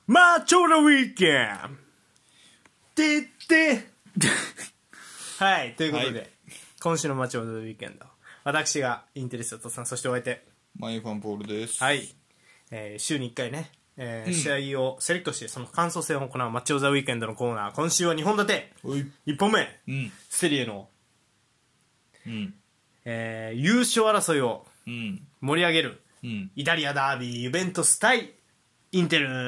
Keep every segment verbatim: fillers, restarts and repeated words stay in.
マッチョのウィーケンてってはい、ということで、はい、今週のマッチョのウィーケンド、私がインテリストとさん、そしてお相手マイファンポールです。 はい、えー、週にいっかいね、えーうん、試合をセレクトしてその感想戦を行うマッチョザウィーケンドのコーナー。今週はにほん立て、いっぽんめ、うん、セリエの、うんえー、優勝争いを盛り上げる、うん、イタリアダービーユベントス対インテル、うん、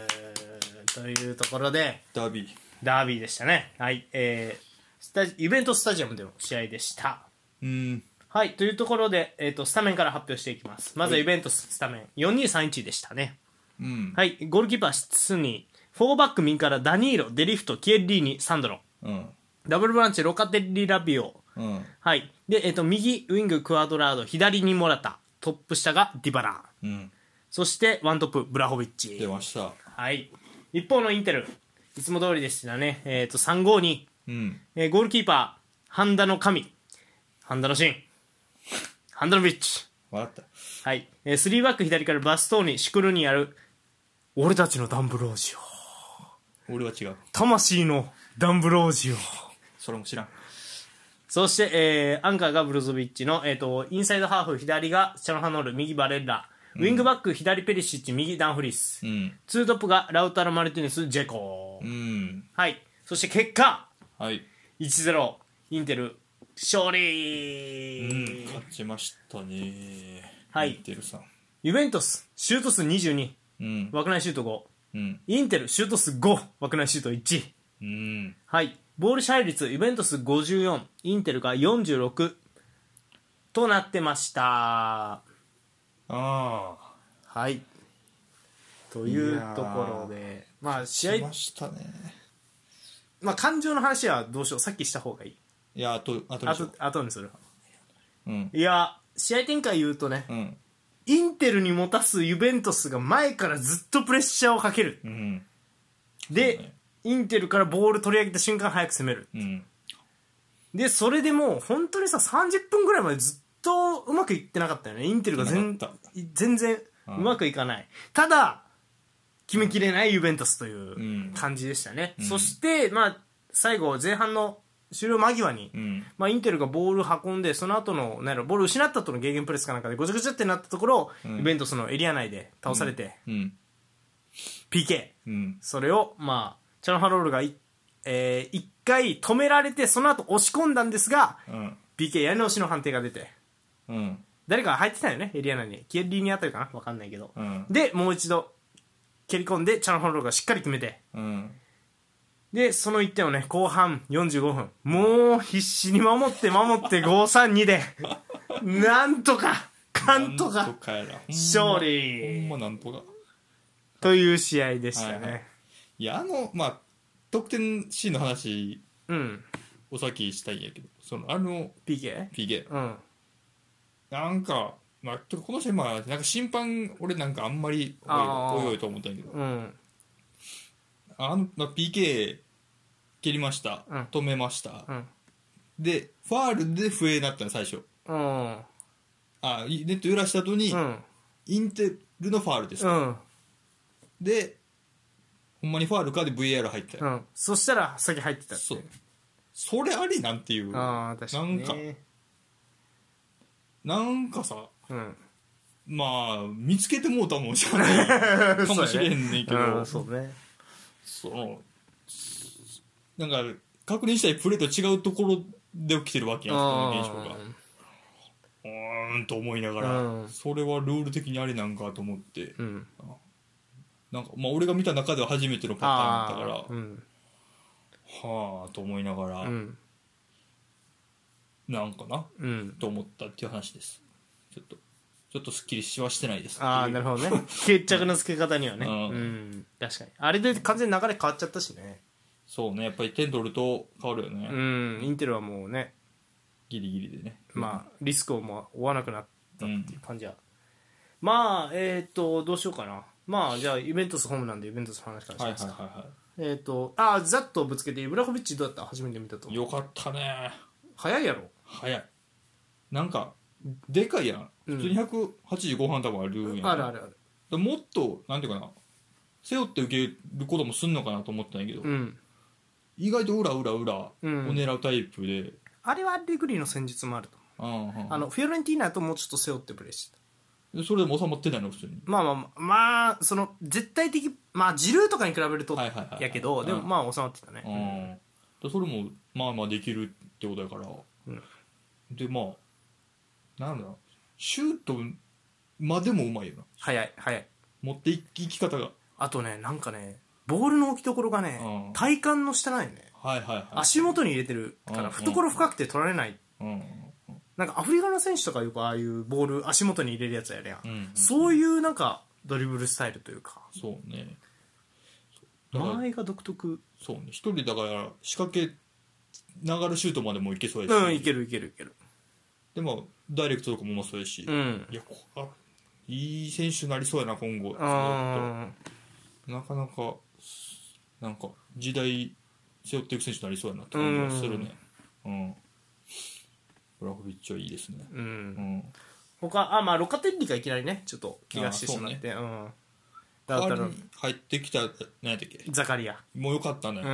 というところでダービーダービーでしたね。はい、えー、スタジユベントスタジアムでの試合でした。うんはい、というところで、えー、とスタメンから発表していきます。まずはユベントススタメン よんにーさんいち でしたね。うんはい、ゴールキーパースニー、フォーバック右からダニーロ、デリフト、キエッリーニ、サンドロ、うん、ダブルボランチロカテリラビオ、うんはいでえー、と右ウィングクアドラード、左にモラタ、トップ下がディバラ、うん、そしてワントップブラホビッチ出ました。 はい、一方のインテルいつも通りでしたね。えー、とさんごーに、うんえー、ゴールキーパーハンダの神、ハンダのシン、ハンダノビッチ、 笑った。 はい、えー、スリーバック左からバストーニ、シュクルニアル、俺たちのダンブロージオ。俺は違う。 魂のダンブロージオ。 それも知らん。 そして、えー、アンカーがブルゾビッチの、えー、とインサイドハーフ左がチャノハノール、右バレッラ、ウィングバック左ペリシッチ、右ダンフリース、うん、ツートップがラウタロ・マルティネス、ジェコ、うん、はいそして結果、はい、いちたいゼロ インテル勝利、 うん、勝ちましたね。 はい、 インテルさん。 ユベントスシュート数にじゅうに、うん、枠内シュートご、うん、インテルシュート数ご、枠内シュートいち、うん、はいボール支配率ユベントスごじゅうよん、インテルがよんじゅうろくとなってました。あはいというところで、まあ試合しましたね。 まあ感情の話はどうしよう、さっきした方がいい。 いや後後にしよう。 後にする、うん、いや試合展開言うとね、うん、インテルに持たすユベントスが前からずっとプレッシャーをかける、うん、で、ね、インテルからボール取り上げた瞬間早く攻める、うん、でそれでもう本当にささんじゅっぷんぐらいまでずっとうまくいってなかったよね。インテルが 全, 全然うまくいかない、うん、ただ決めきれないユベントスという感じでしたね、うん、そして、まあ、最後前半の終了間際に、うんまあ、インテルがボール運んでその後のなんやろボール失った後のゲーゲンプレスかなんかでごちゃごちゃってなったところ、うん、ユベントスのエリア内で倒されて、うん、ピーケー、うん、それを、まあ、チャノハロールがい、えー、いっかい止められてその後押し込んだんですが、うん、ピーケー やり直しの判定が出て、うん、誰か入ってたよねエリア内に。キエリーニあたりかな分かんないけど、うん、でもう一度蹴り込んでチャノハロールがしっかり決めて、うんでそのいってんをね後半よんじゅうごふんもう必死に守って守ってごたいさんでなんとかかんとか勝利、 ほんまなんとかという試合でしたね、はいはい、 いやあのまあ得点シーンの話、うん、お先したいんやけど、そのあのピーケー? ピーケー、うん、なんか、まあ、この試合、まあ、なんか審判俺なんかあんまりおいおいと思ったんやけど、うんあのまあ、ピーケー 蹴りました、うん、止めました、うん、でファールで笛になったの最初、うん、あネット揺らした後に、うん、インテルのファールです、うん、でほんまにファールかで ブイエーアール 入った、うん、 そしたら先入ってたって。 そうそれありなんていう。 あ確かに、ね、 なんかなんかさ、うん、まあ見つけてもうたもんじゃないかもしれんねんけどそうねそのなんか確認したいプレーと違うところで起きてるわけやん、この現象が。うーんと思いながら、うん、それはルール的にあれなんかと思って、うん、なんかまあ俺が見た中では初めてのパターンだから、うん、はあと思いながら、うん、なんかな、うん、と思ったっていう話です。ちょっとちょっとすっきりしはしてないです。 ああなるほどね決着のつけ方にはね、うんうん、確かにあれで完全に流れ変わっちゃったしね。 そうねやっぱり点取ると変わるよね。 うんインテルはもうねギリギリでねまあリスクをもう負わなくなったっていう感じは、うん、まあえっ、ー、とどうしようかな。まあじゃあユベントスホームなんでユベントスの話からしますか。はいはいはいはい、えっ、ー、とああざっとぶつけてブラホビッチどうだった？初めて見たと。 よかったね。 早いやろ。 早い。なんかでかいやん。普通にひゃくはちじゅうごはん多分あるんや、 うん、あるあるある。 もっとなんていうかな背負って受けることもすんのかなと思ったんやけど、 うん、 意外と裏裏裏を狙うタイプで、うん、 あれはアレグリの戦術もあると思う。あのフィオレンティーナだともうちょっと背負ってプレーしてた。それでも収まってないの普通に。 まあまあまあ、まあ、その絶対的まあジルーとかに比べるとやけど、でもまあ収まってたね、 うん、それもまあまあできるってことやから、うん、でまあなんだろう、シュートまでもうまいよな。 早い早い、 持っていき方が。 あとね、なんかねボールの置きどころがね、うん、体幹の下なんよね、 はいはいはい、 足元に入れてるから懐深くて取られない、うんうん、なんかアフリカの選手とかよくああいうボール足元に入れるやつやるやん、うんうん、そういうなんかドリブルスタイルというか、 そうね、 間合いが独特。 そうね、一人だから仕掛けながらシュートまでもいけそうやし、 うん、いけるいけるいける。 でもダイレクトとかもうまそうやし、うん、いやあいい選手になりそうやな今後。なかなかなんか時代背負っていく選手になりそうやなって感じがするね。うん、うん、ブラホビッチはいいですね。うん、うん、 他あまあロカテッリがいきなりねちょっと怪我してしまって、ね、うん、 だから入ってきた何やったっけ、 ザカリアもうよかったね。 うん、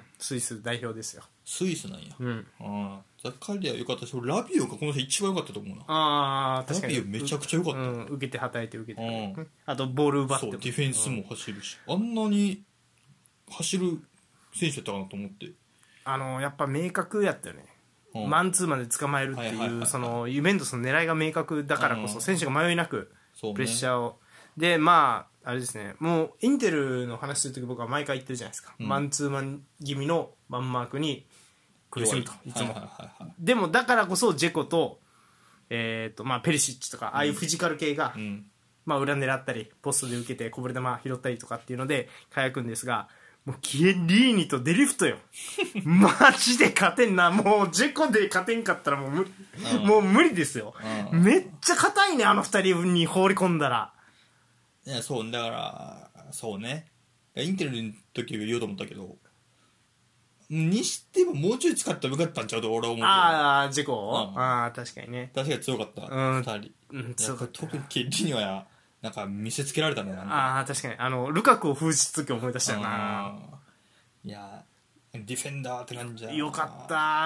スイス代表ですよ。 スイスなんや、うん、あザカリアよかったし、ラビオがこの人一番よかったと思うな。 あ確かにラビオめちゃくちゃよかった、うん、 受けてはたいて受けて、うん、あとボール奪っても、 そうディフェンスも走るし、うん、あんなに走る選手だったかなと思って、 あのやっぱ明確やったよね、うん、マンツーマンで捕まえるっていうそのユベントスの狙いが明確だからこそ、うん、選手が迷いなくプレッシャーを、ね、でまああれですね、もうインテルの話するとき僕は毎回言ってるじゃないですか、うん、マンツーマン気味のマンマークに苦しむといつも、はいはいはいはい、でもだからこそジェコと、えーとまあ、ペリシッチとか、うん、ああいうフィジカル系が、うんまあ、裏狙ったりポストで受けてこぼれ球拾ったりとかっていうので輝くんですが、もうキエリーニとデリフトよマジで勝てんな、もうジェコで勝てんかったらもう 無,、うん、もう無理ですよ、うん、めっちゃ硬いねあの二人に放り込んだら。 いやそうだからそうね、インテルの時言おうと思ったけどにしてももうちょい使ったらよかったんちゃうと俺は思う。 ああジェコ、うん、ああ確かにね、 確かに強かった、うん、ふたり、うん、強かった。特にケリーニはなんか見せつけられたね。 ああ確かにあのルカクを封じつ時思い出したよな。 いやディフェンダーって感じだよかった。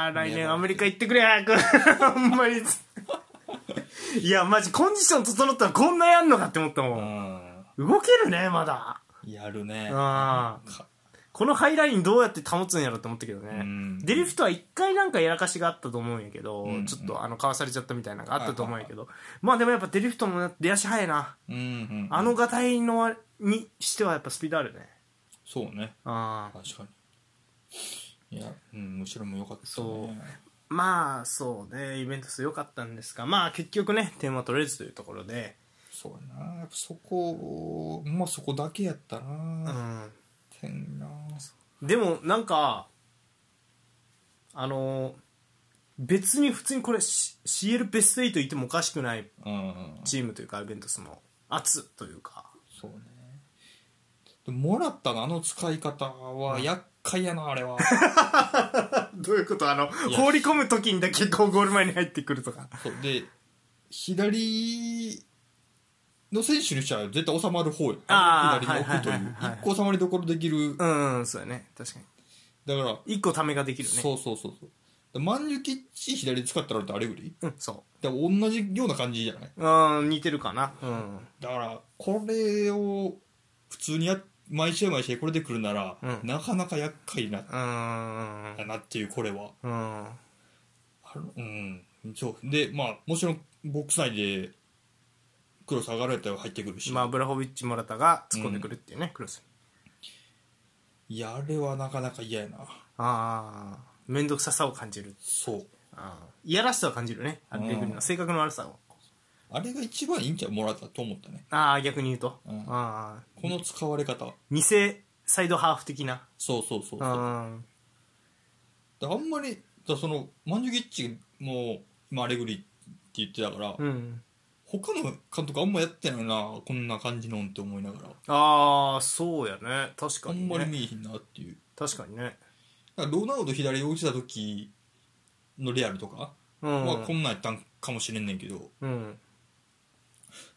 来年アメリカ行ってくれ早くほんまにいやマジコンディション整ったらこんなやんのかって思ったもん。動けるねまだやるね。 あこのハイラインどうやって保つんやろって思ったけどね、うん、デリフトは一回なんかやらかしがあったと思うんやけど、うんうん、ちょっとあのかわされちゃったみたいなのがあったと思うんやけど、はいはいはい、まあでもやっぱデリフトも出足早いな、うんうんうん、あのガタイのにしてはやっぱスピードあるね。 そうね、あ確かに。いや、うん、むしろも良かった、ね、 そうまあそうねイベント数良かったんですが、まあ結局ね点は取れずというところで、 そうやな、やっぱそこまあそこだけやったな、うんな。 でもなんかあのー、別に普通にこれ シーエル ベストはちいってもおかしくないチームというかイベントスの圧というか。 そうね。でもらったのあの使い方は厄介やなあれはどういうこと？あの放り込む時にだけこうゴール前に入ってくるとか。 そうで左の選手にしたら絶対収まる方よ。左に置くという一個収まりどころできる。 うん、うん、そうやね確かに。 だから一個ためができるね。 そうそうそうそう。マンジュキッチ左使ったらあれぐり。 うんそう。 でも同じような感じじゃない。 うん似てるかな。うん。 だからこれを普通にや毎試合毎試合これで来るなら、うん、なかなか厄介なだなっていうこれは。うん。あうんそうでまあもちろんボックス内で。クロス上がられたら入ってくるし、 まあ、ブラホビッチ・モラタが突っ込んでくるっていうね、うん、クロス。 いやあれはなかなか嫌やな。ああ面倒くささを感じる。 そうあいやらしさを感じるね、あれレグリの性格の悪さを。 あれが一番いいんちゃうモラタと思ったね。 ああ逆に言うと、うん、 あこの使われ方偽サイドハーフ的な。 そうそうそうそう。ああんまりだそのマンジュギッチも今アレグリって言ってたから、うん他の監督あんまやってないなこんな感じのんって思いながら。 ああそうやね確かに、ね、 あんまり見えひんなっていう。 確かにね。 だからロナウド左に落ちた時のレアルとかはこんなんやったんかもしれんねんけど、うん、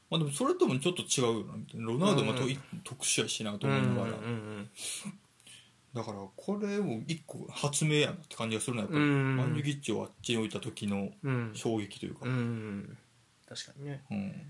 まあ、でもそれともちょっと違うよなみたいな。ロナウドもと、うん、特殊やしなと思いながら、うんうんうん、だからこれも一個発明やなって感じがするのやっぱり、うん、マンジュキッチをあっちに置いた時の衝撃というか、 うんうん、確かにね、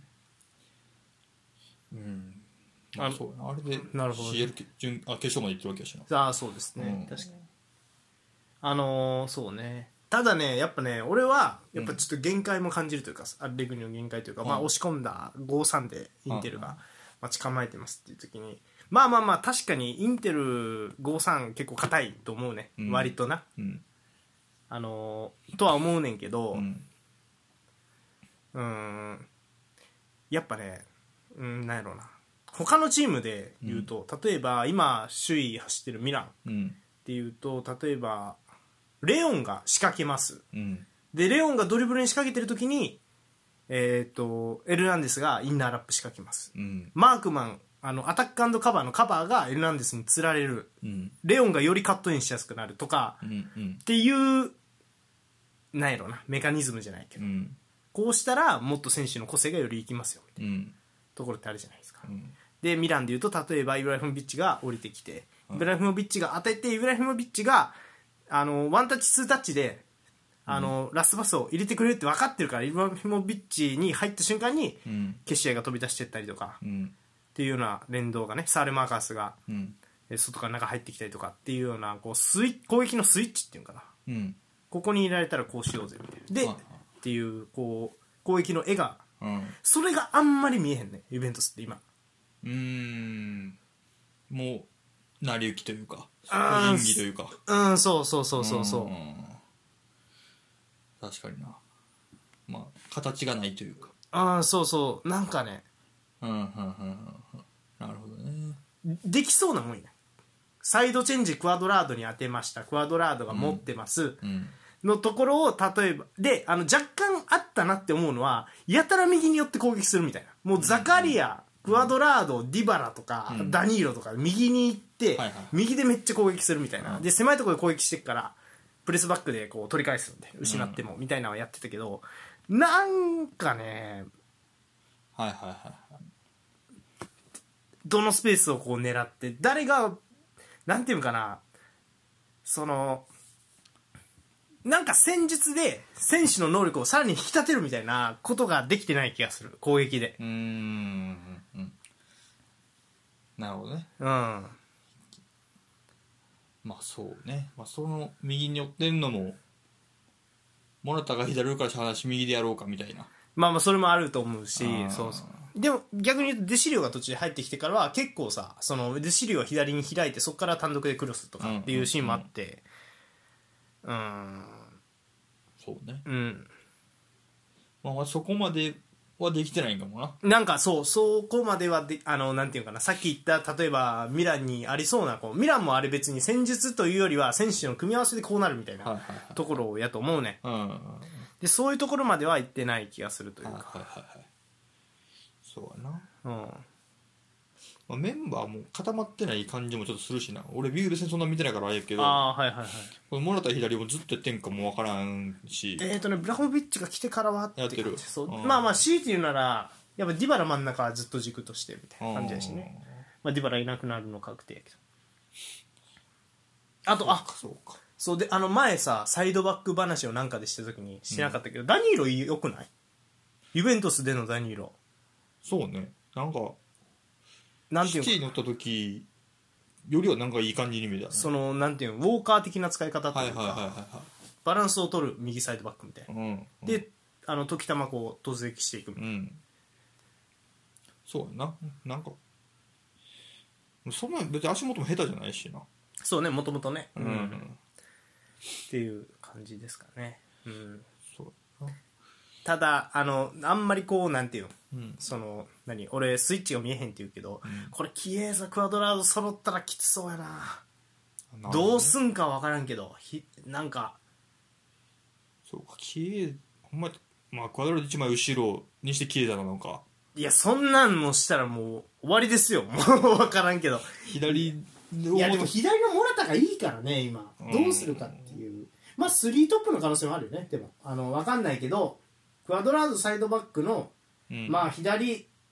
うん、うん、まあ、そうやな。あれで シーエル 準あ決勝まで行ってるわけやしな。 ああそうですね、うん、確かにあのー、そうね。ただねやっぱね俺はやっぱちょっと限界も感じるというか、うん、アレグリの限界というか、まあ、押し込んだ ごたいさん でインテルが待ち構えてますっていう時に、まあまあまあ確かにインテル ごたいさん 結構硬いと思うね、うん、割とな、うん、あのー、とは思うねんけど、うん、うーんやっぱね、うん、なんやろうな、他のチームで言うと、うん、例えば今首位走ってるミランっていうと、例えばレオンが仕掛けます、うん、でレオンがドリブルに仕掛けてる時に、えー、とエルナンデスがインナーラップ仕掛けます、うん、マークマンあのアタック&カバーのカバーがエルナンデスに釣られる、うん、レオンがよりカットインしやすくなるとか、うんうん、っていうなんやろなメカニズムじゃないけど、うん、こうしたらもっと選手の個性がよりいきますよみたいな、うん、ところってあるじゃないですか、うん、でミランでいうと例えばイブラヒモビッチが降りてきて、うん、イブラヒモビッチが当ててイブラヒモビッチがあのワンタッチツータッチであの、うん、ラストパスを入れてくれるって分かってるからイブラヒモビッチに入った瞬間に、うん、ケシアが飛び出していったりとか、うん、っていうような連動がねサーレマーカースが、うん、外から中入ってきたりとかっていうようなこうスイ攻撃のスイッチっていうのかな、うん、ここにいられたらこうしようぜみたいなで、うん、っていうこう攻撃の絵が、うん、それがあんまり見えへんねユベントスって今。 うーんもう成り行きというか演技というか、 うんそうそうそうそうそう、うん、 確かにな、まあ形がないというか、 ああそうそうなんかね、 うんうんうんうんなるほどね、 できそうなもんや。サイドチェンジクアドラードに当てました、クアドラードが持ってます、うんうんのところを例えばであの若干あったなって思うのはやたら右に寄って攻撃するみたいな、もうザカリア、うん、クアドラード、ディバラとか、うん、ダニーロとか右に行って、はいはい、右でめっちゃ攻撃するみたいな、うん、で狭いところで攻撃してっからプレスバックでこう取り返すんで失っても、うん、みたいなのはやってたけどなんかね、 はいはいはい、 どのスペースをこう狙って誰がなんていうかな、そのなんか戦術で選手の能力をさらに引き立てるみたいなことができてない気がする攻撃で。 うーん、うん、なるほどね。 うん。まあそうね。まあその右に寄ってんのもモラタが左から話右でやろうかみたいな。 まあまあそれもあると思うし、そうそう。でも逆に言うとデシリオが途中で入ってきてからは結構さ、そのデシリオは左に開いてそこから単独でクロスとかっていうシーンもあって。うん、うんうんそうね、 うんまあ、そこまではできてないんかもな。 なんかそうそこまではであのなんていうかな、さっき言った例えばミランにありそうなこうミランもあれ別に戦術というよりは選手の組み合わせでこうなるみたいなところやと思うね、はいはいはい、でそういうところまでは行ってない気がするというか、はいはいはい、 そうやな、うんまあ、メンバーも固まってない感じもちょっとするしな。俺ビール戦そんな見てないからあれやけど、 あ、はいはいはい、 これモラタ左もずっとやってんかも分からんし、 えーとねブラホビッチが来てからはってやってる。 そう、まあまあ強いて言うならやっぱディバラ真ん中はずっと軸としてみたいな感じだしね、まあ、ディバラいなくなるの確定やけど、あとあそうかそうであの前さサイドバック話をなんかでした時にしなかったけど、うん、ダニーロよくない？ユベントスでのダニーロ。 そうね、なんかなんていうかシティに乗った時よりはなんかいい感じに見えたね。 そのなんていうのウォーカー的な使い方っていうか、はいはいはいはい、バランスを取る右サイドバックみたいな、うんうん、であの時たまこう突撃していくみたいな、うん、 そうやな、なんかそんな別に足元も下手じゃないしな。 そうね、もともとね、うんうん、っていう感じですかね、うん、そうただあのあんまりこうなんていうの、うん、その何俺スイッチが見えへんって言うけど、うん、これキエーザクアドラード揃ったらきつそうや な, な、ね、どうすんか分からんけどひなんかそうかキエーほんままあクアドラードいちまい後ろにしてキエーザなのか。 いやそんなんもしたらもう終わりですよもう分からんけど左いやでも左のモラタがいいからね今どうするかっていう、うん、まあスリートップの可能性もあるよね。でもあの分かんないけどクアドラードサイドバックの、うん、まあ左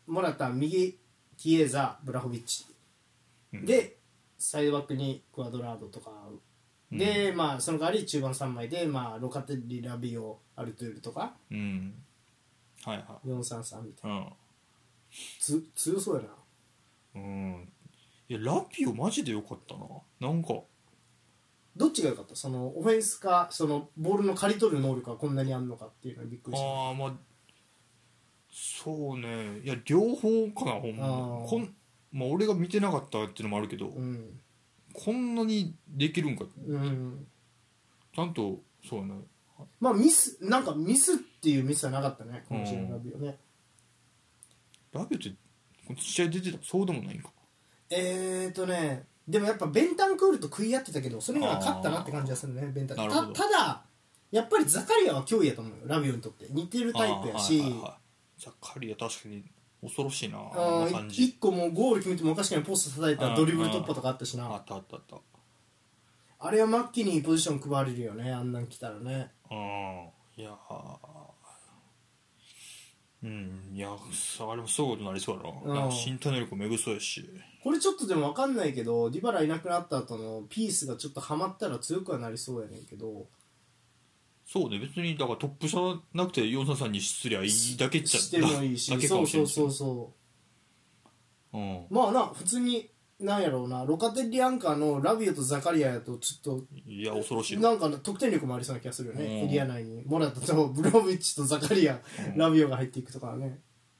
モラタ右キエザブラホビッチ、うん、でサイドバックにクアドラードとか、うん、でまあその代わり中盤さんまいで、まあ、ロカテリラビオアルトゥールとか、 うんはいはい、 よんさんさんみたいな、うん、つ強そうやな。うんいやラビオマジでよかったな。なんかどっちが良かった？そのオフェンスかそのボールの刈り取る能力がこんなにあるのかっていうのにびっくりした。 ああまあそうねいや両方かなほんまこん、まあ、俺が見てなかったっていうのもあるけど、うん、こんなにできるんか、うん、ちゃんとそうねまあミスなんかミスっていうミスはなかったねこの試合、うん、ラビオね。 ラビオってこの試合出てたそうでもないんか。 えーとねでもやっぱベンタンクールと食い合ってたけどそれが勝ったなって感じがするね。ベンタンた, ただやっぱりザカリアは脅威やと思うよラビオにとって似てるタイプやし、はいはいはい、 ザカリア確かに恐ろしいな。 ああいっこもうゴール決めてもおかしくないポスト叩いたドリブル突破とかあったしな。 あったあったあった。 あれは末期にポジション配われるよねあんなん来たらね。 うんいやうんいやあれもそういうことになりそうやな。身体能力もめぐそうやしこれちょっとでも分かんないけどディバラいなくなった後のピースがちょっとハマったら強くはなりそうやねんけど。 そうね別にだからトップ下なくてよんさんさんにすりゃいいだけっちゃしてもいいしそうそうそうそう、うん、まあな普通になんやろうなロカテリアンカーのラビオとザカリアやとちょっといや恐ろしいなんか得点力もありそうな気がするよね、うん、エリア内にモラタとブロビッチとザカリア、うん、ラビオが入っていくとかね。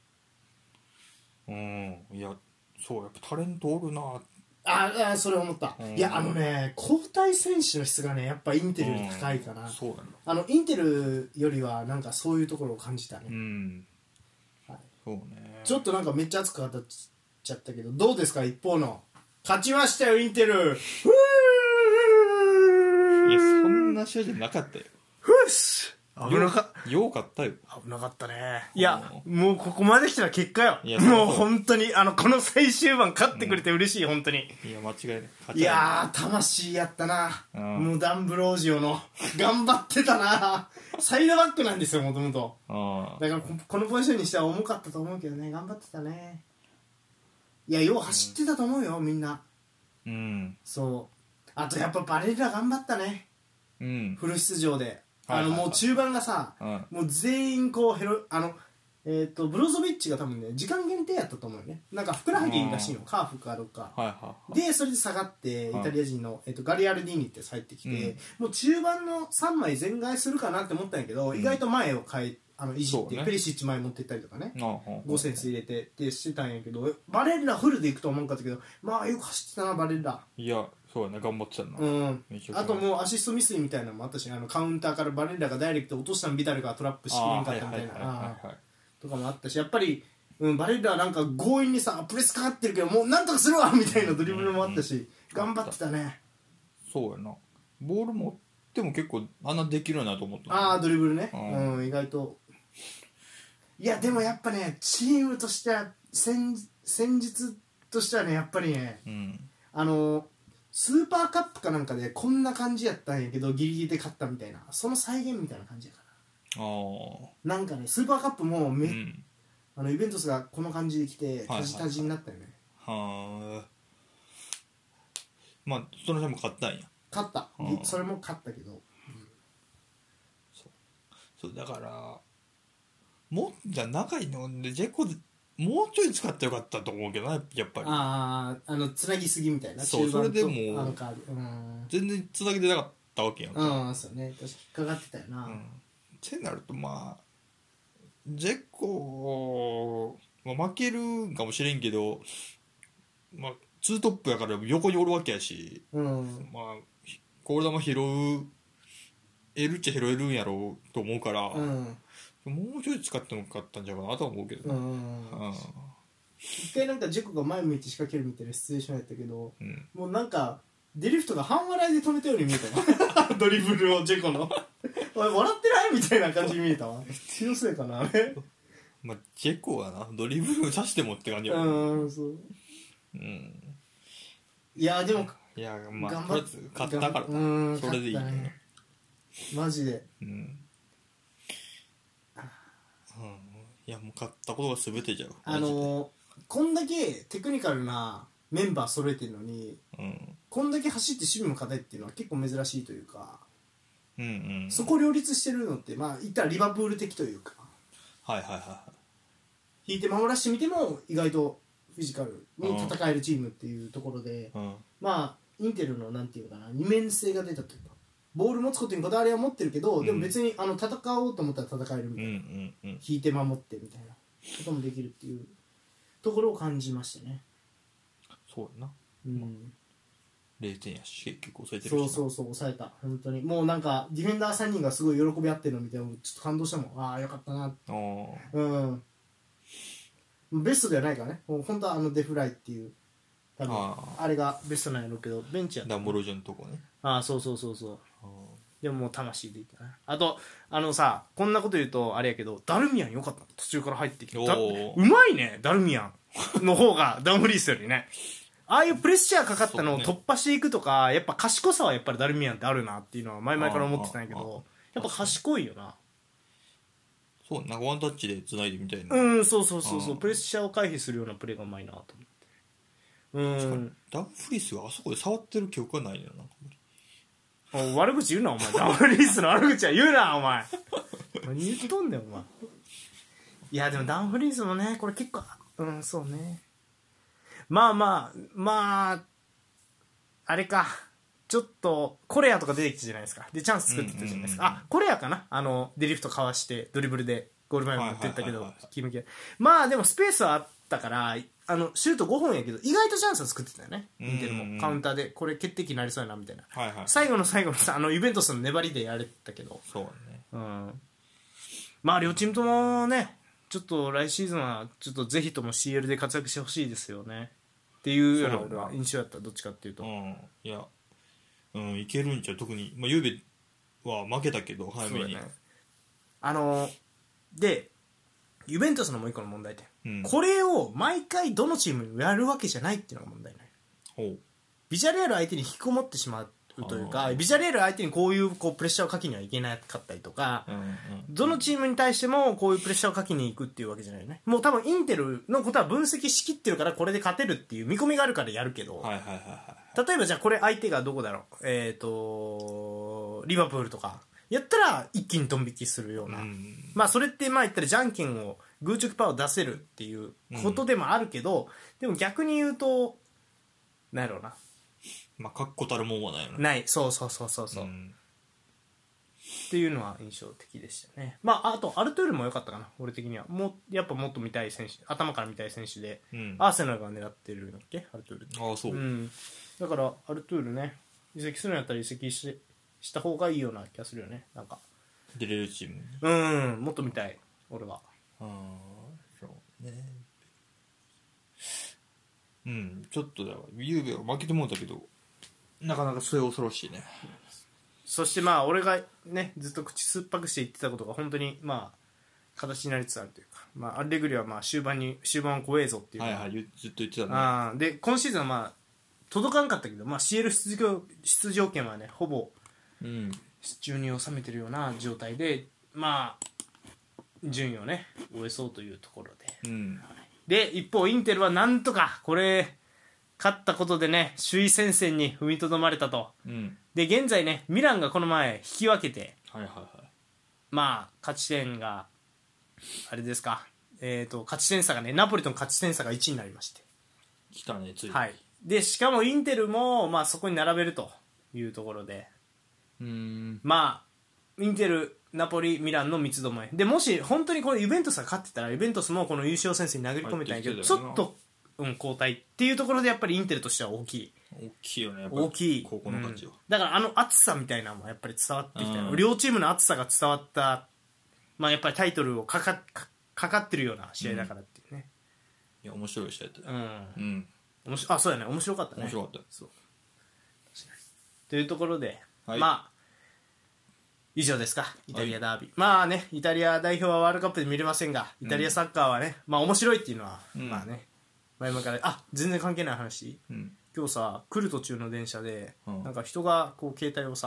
うんいやそうやっぱタレントおるな。 ああそれ思った、うん、いやあのね交代選手の質がねやっぱインテルより高いかな、うん、そうだねあのインテルよりはなんかそういうところを感じたね、うんはい、そうねちょっとなんかめっちゃ熱く語っちゃったけどどうですか一方の勝ちましたよインテルいやそんな試合じゃなかったよふっす危なかったようかったよ危なかったね。いやもうここまで来たら結果よ。もう本当にあのこの最終盤勝ってくれて嬉しい、うん、本当にいや間違いない。 いやー魂やったな、うん、もうダンブロージオの頑張ってたなサイドバックなんですよもともとだから こ, このポジションにしては重かったと思うけどね頑張ってたね。いやよう走ってたと思うよみんな。うんそうあとやっぱバレルラ頑張ったね、うん、フル出場であのもう中盤がさ、うん、もう全員こうヘロあのえっ、ー、とブロゾビッチが多分ね時間限定やったと思うよね。なんかふくらはぎらしいのカーフかどっか、はいはいはい、でそれで下がってイタリア人の、えー、とガリアルディーニって入ってきて、うん、もう中盤のさんまい全替えするかなって思ったんやけど、うん、意外と前を変えあのいじって、ね、ペリシッチ前持ってったりとかね、ごセンス入れてってしてたんやけどバレッラフルでいくと思うんかったけどまあよく走ってたなバレッラ。 いやそうやね頑張ってたな、うん、 あともうアシストミスみたいなのもあったしあのカウンターからバレッラがダイレクト落としたのビダルがトラップしきれんかったみたいなとかもあったしやっぱり、うん、バレッラはなんか強引にさプレスかかってるけどもうなんとかするわみたいなドリブルもあったし、うんうん、頑張ってたね。 そうやなボール持っても結構あんなできるよなと思った、 ね、ああドリブルね、うん、うん、意外といやでもやっぱねチームとしては戦, 戦術としてはねやっぱりね、うん、あのスーパーカップかなんかでこんな感じやったんやけどギリギリで勝ったみたいなその再現みたいな感じやからあなんかねスーパーカップもめ、うん、あのイベントスがこの感じで来てタジタジになったよね。はあまあその辺も勝ったんや勝ったそれも勝ったけど、うん、 そうそうだからもうじゃあ長いのでジェコもうちょい使ってよかったと思うけどなやっぱりあああのつなぎすぎみたいなそうそれでもう全然つなげてなかったわけやんかうんそうね引っかかってたよな、うん、 ってなるとまあジェコ、まあ、負けるかもしれんけどまあツートップやから横におるわけやし、うん、まあコール球拾うえるっちゃ拾えるんやろうと思うから、うんもうちょい使ってもよかったんじゃないかなとは思うけど、うんうん、 一回なんかジェコが前向いて仕掛けるみたいなシチュエーションやったけど、うん、もうなんかデリフトが半笑いで止めたように見えたわドリブルをジェコのおい笑ってないみたいな感じに見えたわ強そうやかなあれまあジェコはなドリブルさしてもって感じやうんそう、 うん、いやでもいやまあとりあえず勝ったからうんそれでいいねマジでうんうん、 いやもう勝ったことが全てじゃん。 あのー、こんだけテクニカルなメンバー揃えてるのに、うん、こんだけ走って守備も硬いっていうのは結構珍しいというか、うんうん、そこを両立してるのってまあ言ったらリバプール的というか、 はいはいはい、 引いて守らせてみても意外とフィジカルに戦えるチームっていうところで、うん、まあインテルのなんていうかな二面性が出たというか、ボール持つことにこだわりは持ってるけど、うん、でも別にあの戦おうと思ったら戦えるみたいな、うんうんうん、引いて守ってみたいなこともできるっていうところを感じましたね。 そうやな、うん、れいてんやし結局抑えてるし、 そうそうそう抑えた本当に。もうなんかディフェンダーさんにんがすごい喜び合ってるの見てちょっと感動したもん。ああよかったなって。うんベストではないからね、もう本当はあのデフライっていう多分 あ, あれがベストなんやろうけど、ベンチやったダンボロジョのとこね。 ああそうそうそうそう、でももう魂でいったな。あとあのさ、こんなこと言うとあれやけど、ダルミアンよかった。途中から入ってきてうまいね、ダルミアンの方がダンフリースよりね。ああいうプレッシャーかかったのを突破していくとか、やっぱ賢さはやっぱりダルミアンってあるなっていうのは前々から思ってたんやけど、やっぱ賢いよな。 そうなんかワンタッチで繋いでみたいな。 うんそうそうそうそう、プレッシャーを回避するようなプレーがうまいなと思って。うん、 ダンフリースがあそこで触ってる記憶はないのよな。 お悪口言うなお前、ダンフリースの悪口は言うなお前何言っとんねんお前。いやでもダンフリースもねこれ結構うんそうね、まあまあまああれか、ちょっとコレアとか出てきたじゃないですか。でチャンス作ってきたじゃないですか、うんうんうん、あコレアかな、あのデリフトかわしてドリブルでゴール前に持っていったけど決めきれ、まあでもスペースはあったからあのシュートごほんやけど意外とチャンスは作ってたよね、インテルもカウンターでこれ決定機になりそうやなみたいな、はいはい、最後の最後のさあのユベントスの粘りでやれたけど、 そうね、 うん、まあ両チームともねちょっと来シーズンはちょっとぜひとも シーエル で活躍してほしいですよねっていうような俺は印象だった。どっちかっていうと、うん、 いや、うん、いけるんちゃう。特に、まあ、ゆうべは負けたけど早めに、ね、 あのでユベントスのもう一個の問題点、うん、これを毎回どのチームにやるわけじゃないっていうのが問題ない。ほうビジャレアル相手に引きこもってしまうというか、ビジャレアル相手にこういうこうプレッシャーをかけにはいけなかったりとか、うんうんうん、どのチームに対してもこういうプレッシャーをかけに行くっていうわけじゃないよね。もう多分インテルのことは分析しきってるからこれで勝てるっていう見込みがあるからやるけど、はいはいはいはい、例えばじゃあこれ相手がどこだろう、えーとリバプールとかやったら一気にドン引きするような、うん、まあそれってまあ言ったらじゃんけんをグーチョキパーを出せるっていうことでもあるけど、うん、でも逆に言うとなんやろうな、 まあ確固たるもんはないよね。 ない、そうそうそうそうそう、うん、っていうのは印象的でしたね。まああとアルトゥールも良かったかな俺的には。もうやっぱもっと見たい選手、頭から見たい選手で、うん、アーセナルが狙ってるんだっけアルトゥールって。 ああそう、うん、 だからアルトゥールね移籍するんやったら移籍し、した方がいいような気がするよね。なんか出れるチーム、 うんもっと見たい俺は。ああそうね、うんちょっとだからゆうべは負けてもうたけどなかなかそれ恐ろしいね。 そしてまあ俺がねずっと口酸っぱくして言ってたことが本当にまあ形になりつつあるというか、まあアレグリはまあ終盤に終盤は怖えぞっていう、 はいはい、ずっと言ってたね。 あで今シーズンはまあ届かんかったけど、まあ、シーエル 出場出場権はねほぼ手中に収めてるような状態で、まあ順位をね終えそうというところで、うん、で一方インテルはなんとかこれ勝ったことでね首位戦線に踏みとどまれたと、うん、で現在ねミランがこの前引き分けて、はいはいはい、まあ勝ち点があれですか、えーと勝ち点差がねナポリとの勝ち点差がいちになりまして、 来たねついに、 はい、でしかもインテルも、まあ、そこに並べるというところで、うーんまあインテルナポリミランの三つどもえで、もし本当にこれユベントスが勝ってたらユベントスもこの優勝戦線に投げ込めたんやけど、ちょっと、うん、交代っていうところでやっぱりインテルとしては大きい大きいよね、やっぱり大きい高校の勝ちは、うん、 だからあの熱さみたいなのもやっぱり伝わってきたよ、うん、両チームの熱さが伝わった、まあ、やっぱりタイトルをか か, か, かかってるような試合だからっていうね、 うん、いや面白い試合だったよ、うんうん面白あそうやね面白かったね面白かったそうというところで、はい、まあ以上ですかイタリアダービー、はい、まあねイタリア代表はワールドカップで見れませんがイタリアサッカーはね、うん、まあ面白いっていうのは、うん、まあね前々からあ全然関係ない話、うん、今日さ来る途中の電車で、うん、なんか人がこう携帯をさ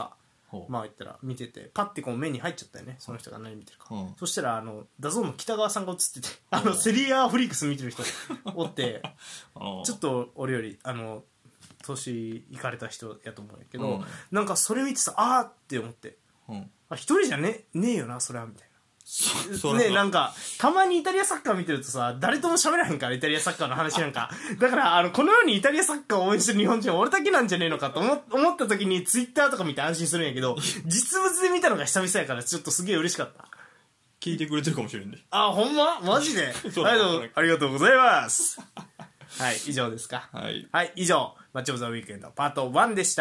まあ言ったら見ててパッてこう目に入っちゃったよね、その人が何見てるか、 うん、 そしたらあのダゾーンの北川さんが映ってて、あのセリアフリークス見てる人おってちょっと俺よりあの年いかれた人やと思うんやけど、うん、なんかそれ見てさあーって思って、うん、あ一人じゃねねえよなそれはみたいな。ね、なんかたまにイタリアサッカー見てるとさ誰とも喋らへんからイタリアサッカーの話なんかだからあのこのようにイタリアサッカーを応援してる日本人は俺だけなんじゃねえのかと思思った時にツイッターとか見て安心するんやけど実物で見たのが久々やからちょっとすげえ嬉しかった。 聞いてくれてるかもしれんで、 あほんまマジではいありがとうございますはい以上ですか。はい、はい、以上マッチオブザウィークエンドパートワンでした。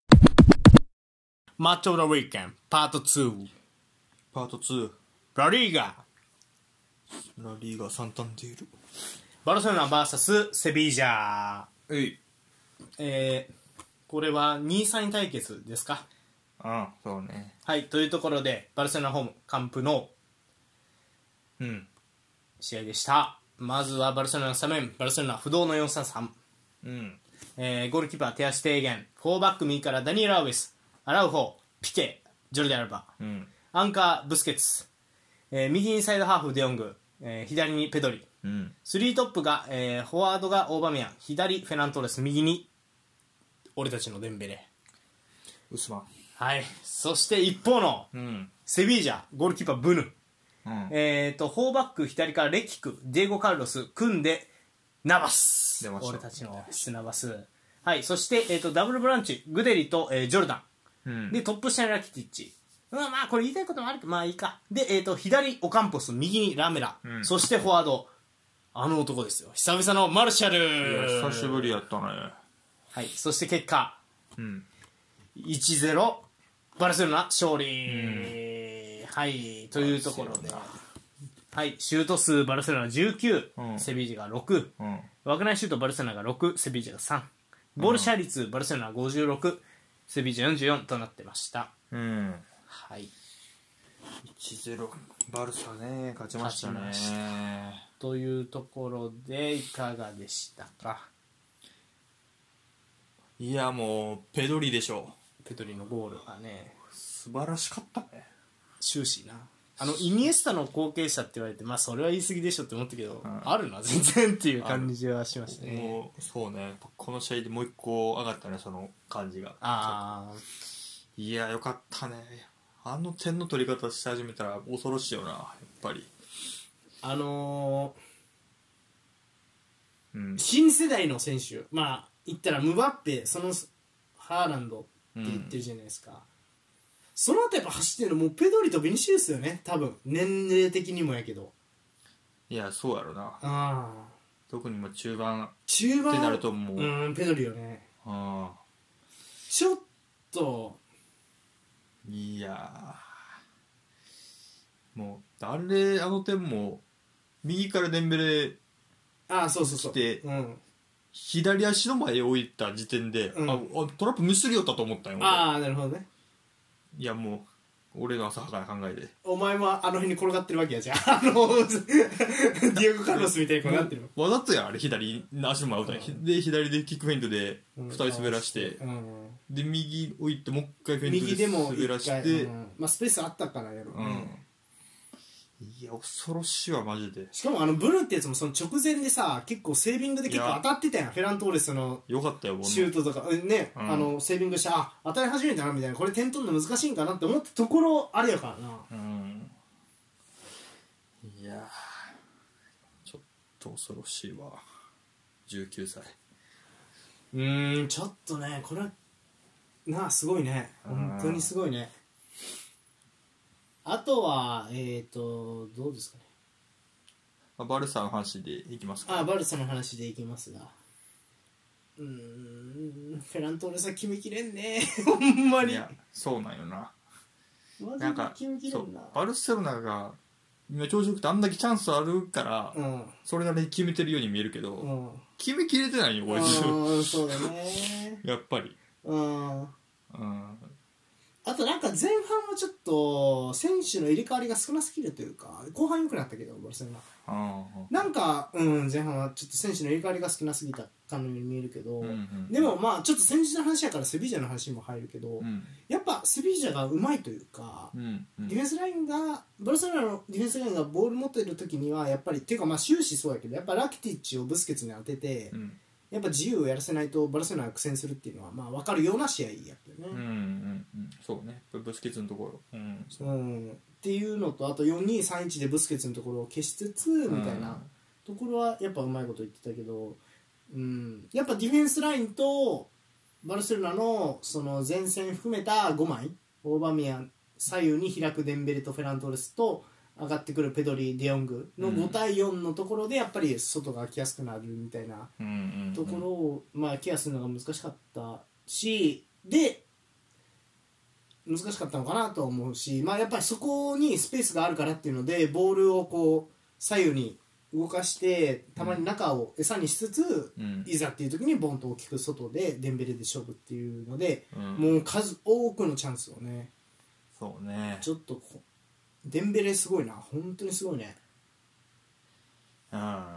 マッチオブザウィークエンドパートツーパートツーラリーガラリーガサンタンデールバルセロナ ブイエス セビージャえい、 えー、これはにたいさん対決ですか。 ああそうね。 はいというところでバルセロナホームカンプのうん試合でした。まずはバルセロナのスタメンバルセロナ不動の よんさんさん、うんえー、ゴールキーパー手足低減フォーバック右からダニエル・アウエスアラウホピケジョルディ・アルバ、うん、アンカーブスケツ、えー、右インサイドハーフデヨング、えー、左にペドリ、うん、スリートップが、えー、フォワードがオーバメヤン左フェラントレス右に俺たちのデンベレウスマン、 はい、そして一方の、うん、セビージャゴールキーパーブヌ、うんえー、とフォーバック左からレキクディエゴ・カルロス組んでナバス俺たちのナバス、はい、そして、えー、とダブルブランチグデリと、えー、ジョルダン、うん、でトップ下にラキティッチ、まあまあこれ言いたいこともあるけどまあいいかで、えー、と左オカンポス右にラメラ、うん、そしてフォワードあの男ですよ久々のマルシャル。 いや久しぶりやったね。 はいそして結果、うん、いちたいゼロ バルセロナ勝利、うん、はいというところで、はい、シュート数バルセロナじゅうきゅう、うん、セビージャがろく、うん、枠内シュートバルセロナがろくセビージャがさんボールシェア率、うん、バルセロナごじゅうろくセビージャよんじゅうよんとなってました、うんはい、いちたいゼロバルサね勝ちましたねというところでいかがでしたか。 いやもうペドリでしょう。 ペドリのゴールはね素晴らしかったね。 終始なあのイニエスタの後継者って言われてまあそれは言い過ぎでしょって思ったけど、うん、あるな全然っていう感じはしましたね。 もうそうねこの試合でもう一個上がったねその感じが。ああいやよかったね。あの点の取り方し始めたら恐ろしいよなやっぱり。 あのーうん、新世代の選手まあ言ったらムバッペそのハーランドって言ってるじゃないですか、うん、その後やっぱ走ってるのもうペドリとベニシウスよね多分年齢的にもやけど。 いやそうやろなあ特にも中盤中盤ってなるともううんペドリよね。あちょっといやもうあれあの点も右からデンベレああそうそうそう来て、うん、左足の前へ置いた時点で、うん、あトラップミスりよったと思ったよ。 ああなるほどね。 いやもう俺の浅はかな考えでお前もあの辺に転がってるわけやじゃんあのディエゴ・カルロスみたいに転がってるわざとやあれ左足の前置いた、うん、で左でキックフェイントでふたり滑らして、うん、で右置いてもう一回フェイントで滑らして、 うんまあ、スペースあったからやろうね、うんいや恐ろしいわマジで。 しかもあのブルーってやつもその直前でさ結構セービングで結構当たってたやんフェラントーレスのよかったよシュートとかね、うん、あのセービングしてあ当たり始めたなみたいなこれ点取るの難しいんかなって思ったところあれやからな、うん、 いやちょっと恐ろしいわじゅうきゅうさいうーんちょっとねこれはなあすごいね本当にすごいね。あとはえっ、ー、とどうですかね。 バルサの話でいきますか。 あバルサの話でいきますがうーんフェラントーレさ決めきれんねほんまに。いやそうなんよな。 マジで決めきれんな。 バルセロナが今調子よくてあんだけチャンスあるから、うん、それなりに決めてるように見えるけど、うん、決めきれてないよこいつ。 うんそうだねやっぱりうん、うん、 あとなんか前半はちょっと選手の入れ替わりが少なすぎるというか、後半良くなったけどバルセロナなんか、うん、前半はちょっと選手の入れ替わりが少なすぎたかのように見えるけど、うんうん、でもまあちょっと選手の話やからセビージャの話にも入るけど、うん、やっぱセビージャがうまいというか、うんうん、ディフェンスラインがバルセロナのディフェンスラインがボール持っている時にはやっぱりっていうかまあ終始そうやけど、やっぱラキティッチをブスケツに当てて、うんやっぱ自由をやらせないとバルセロナが苦戦するっていうのはまあ分かるような試合やったよね。 うんうんうん、そうね。ブスケツのところ、うんうん、っていうのとあとよんにさんいちでブスケツのところを消しつつみたいなところはやっぱうまいこと言ってたけど、うん、やっぱディフェンスラインとバルセロナのその前線含めたごまいオーバーミヤン左右に開くデンベレとフェラントーレスと上がってくるペドリ・デヨングのごたいよんのところでやっぱり外が空きやすくなるみたいなところをまあケアするのが難しかったしで難しかったのかなと思うし、まあやっぱりそこにスペースがあるからっていうのでボールをこう左右に動かしてたまに中を餌にしつつ、うん、いざっていう時にボンと大きく外でデンベレで勝負っていうので、うん、もう数多くのチャンスをねそうねちょっとこデンベレすごいな本当にすごいねうん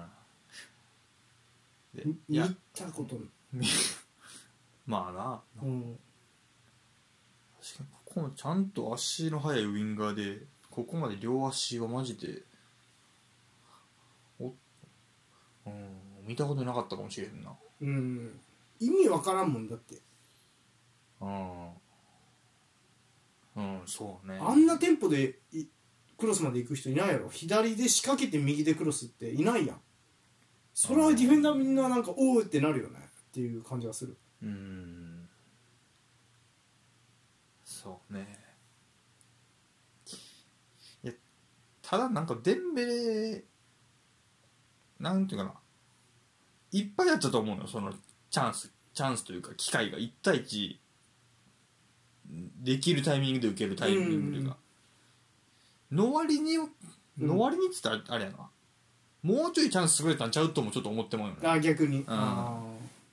で見たことまあな、うん、確かにここもちゃんと足の速いウインガーでここまで両足はマジでお、うん、見たことなかったかもしれんなうん意味わからんもんだってうんうんそうねあんなテンポでクロスまで行く人いないやろ左で仕掛けて右でクロスっていないやんそれはディフェンダーみんななんかおーってなるよねっていう感じがするうんそうねいやただなんかデンベレなんていうかないっぱいあったと思うのよそのチャンスチャンスというか機会がいち対いちできるタイミングで受けるタイミングというかの割にの割にっつったらあれやな、うん、もうちょいチャンス優れたんちゃうともちょっと思ってもよねあ逆に、うん、 あ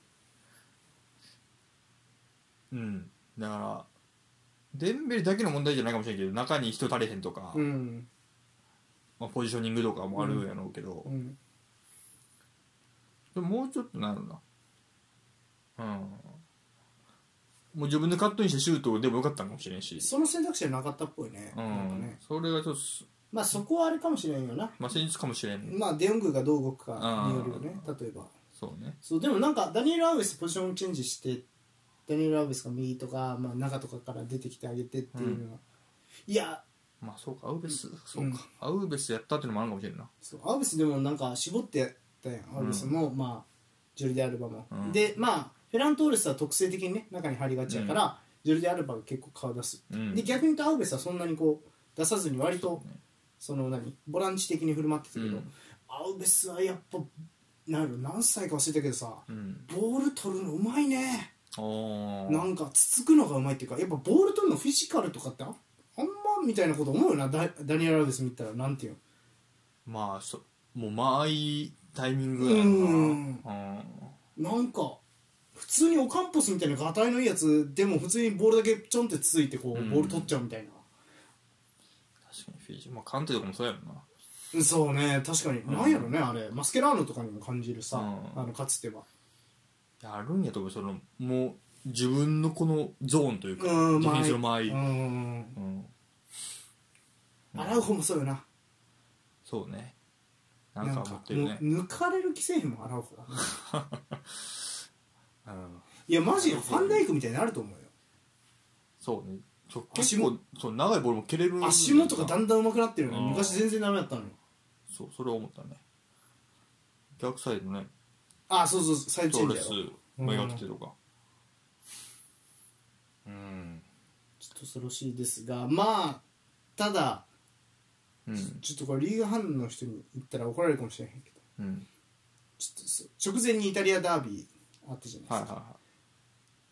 うんだからデンベレだけの問題じゃないかもしれないけど中に人足れへんとか、うんまあ、ポジショニングとかもあるやろうけど、うん、でももうちょっとなるなうんもう自分でカットインしてシュートでもよかったかもしれんしその選択肢はなかったっぽいね、 うん、なんかねそれがちょっとまあそこはあれかもしれんよなまあ戦術かもしれんまあデヨングがどう動くかによるよね例えばそうねそうでもなんかダニエル・アウベスポジションチェンジしてダニエル・アウベスが右とか、まあ、中とかから出てきてあげてっていうのは、うん、いやまあそうかアウベスそうか、うん、アウベスやったっていうのもあるかもしれんなそうアウベスでもなんか絞ってやったやんアウベスも、うん、まあジョルディ・アルバも、うん、でまあフェラントーレスは特性的にね中に入りがちやから、うんジョルディ・アルバが結構顔出す、うん、で逆に言うとアウベスはそんなにこう出さずに割とその何ボランチ的に振る舞ってたけど、うん、アウベスはやっぱ何歳か忘れたけどさ、うん、ボール取るのうまいねなんかつつくのがうまいっていうかやっぱボール取るのフィジカルとかって あ, あんまみたいなこと思うよな ダ, ダニエル・アウベス見たらなんていうのまあそもう間合いタイミングやなうんなんか普通にオカンポスみたいなガタイのいいやつでも普通にボールだけちょんってつついてこう、うん、ボール取っちゃうみたいな確かにフィジまあカンテとかもそうやろなそうね確かに、うん、なんやろねあれマスケラーノとかにも感じるさ、うん、あのかつてはあるんやと思うそのもう自分のこのゾーンというか、うん、ディフェンスの間合い、うんうんうん、洗う方もそうよなそうねなんか持ってるね抜かれる気せえへんもん洗う方いやマジでファンダイクみたいになると思うよそうね結構そう長いボールも蹴れる足元がだんだん上手くなってるよね昔全然ダメだったのよそうそれは思ったね逆サイドねあそうそうサイドチェンジやろトーレスも描けてとかうん、うん、 ちょっと恐ろしいですがまあただ、うん、ちょっとこれリーグファンの人に言ったら怒られるかもしれへんけど、うん、ちょっと直前にイタリアダービーあったじゃないですか、はいはいはい、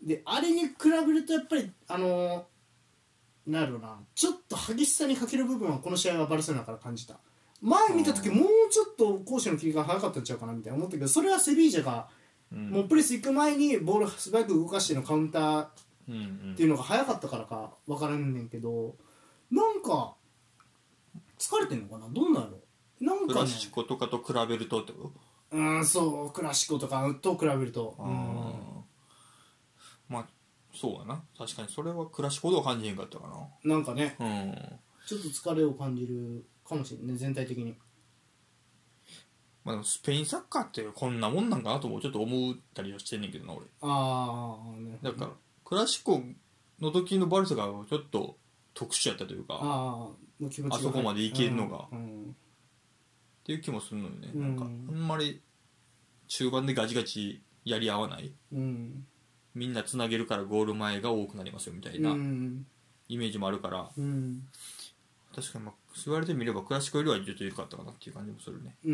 であれに比べるとやっぱりあのー、なるなちょっと激しさに欠ける部分はこの試合はバルセロナから感じた前見た時もうちょっと攻守の切り替え早かったんちゃうかなみたいな思ったけどそれはセビージャが、うん、もうプレス行く前にボール素早く動かしてのカウンターっていうのが早かったからか分からんねんけど、なんか疲れてんのかな、どうなの。なんか、ね、 クラシコとかと比べるとってこと。 うん、そうクラシコとかと比べると、うん、 まあそうやな、確かにそれはクラシコでは感じへんかったかな。なんかね、 うん、 ちょっと疲れを感じるかもしれないね、全体的に。 まあ、でもスペインサッカーってこんなもんなんかなともちょっと思ったりはしてんねんけどな俺。 ああ、ね、 だからクラシコの時のバルサがちょっと特殊やったというか、 あの気持ちがあそこまでいけるのが、 うんうん、 っていう気もするのよね、 うん、 なんかあんまり中盤でガチガチやり合わない、 うん、 みんなつなげるからゴール前が多くなりますよみたいなイメージもあるから、 うん、 確かにまあ言われてみればクラシコよりはちょっと良かったかなっていう感じもするね。 うん、うん、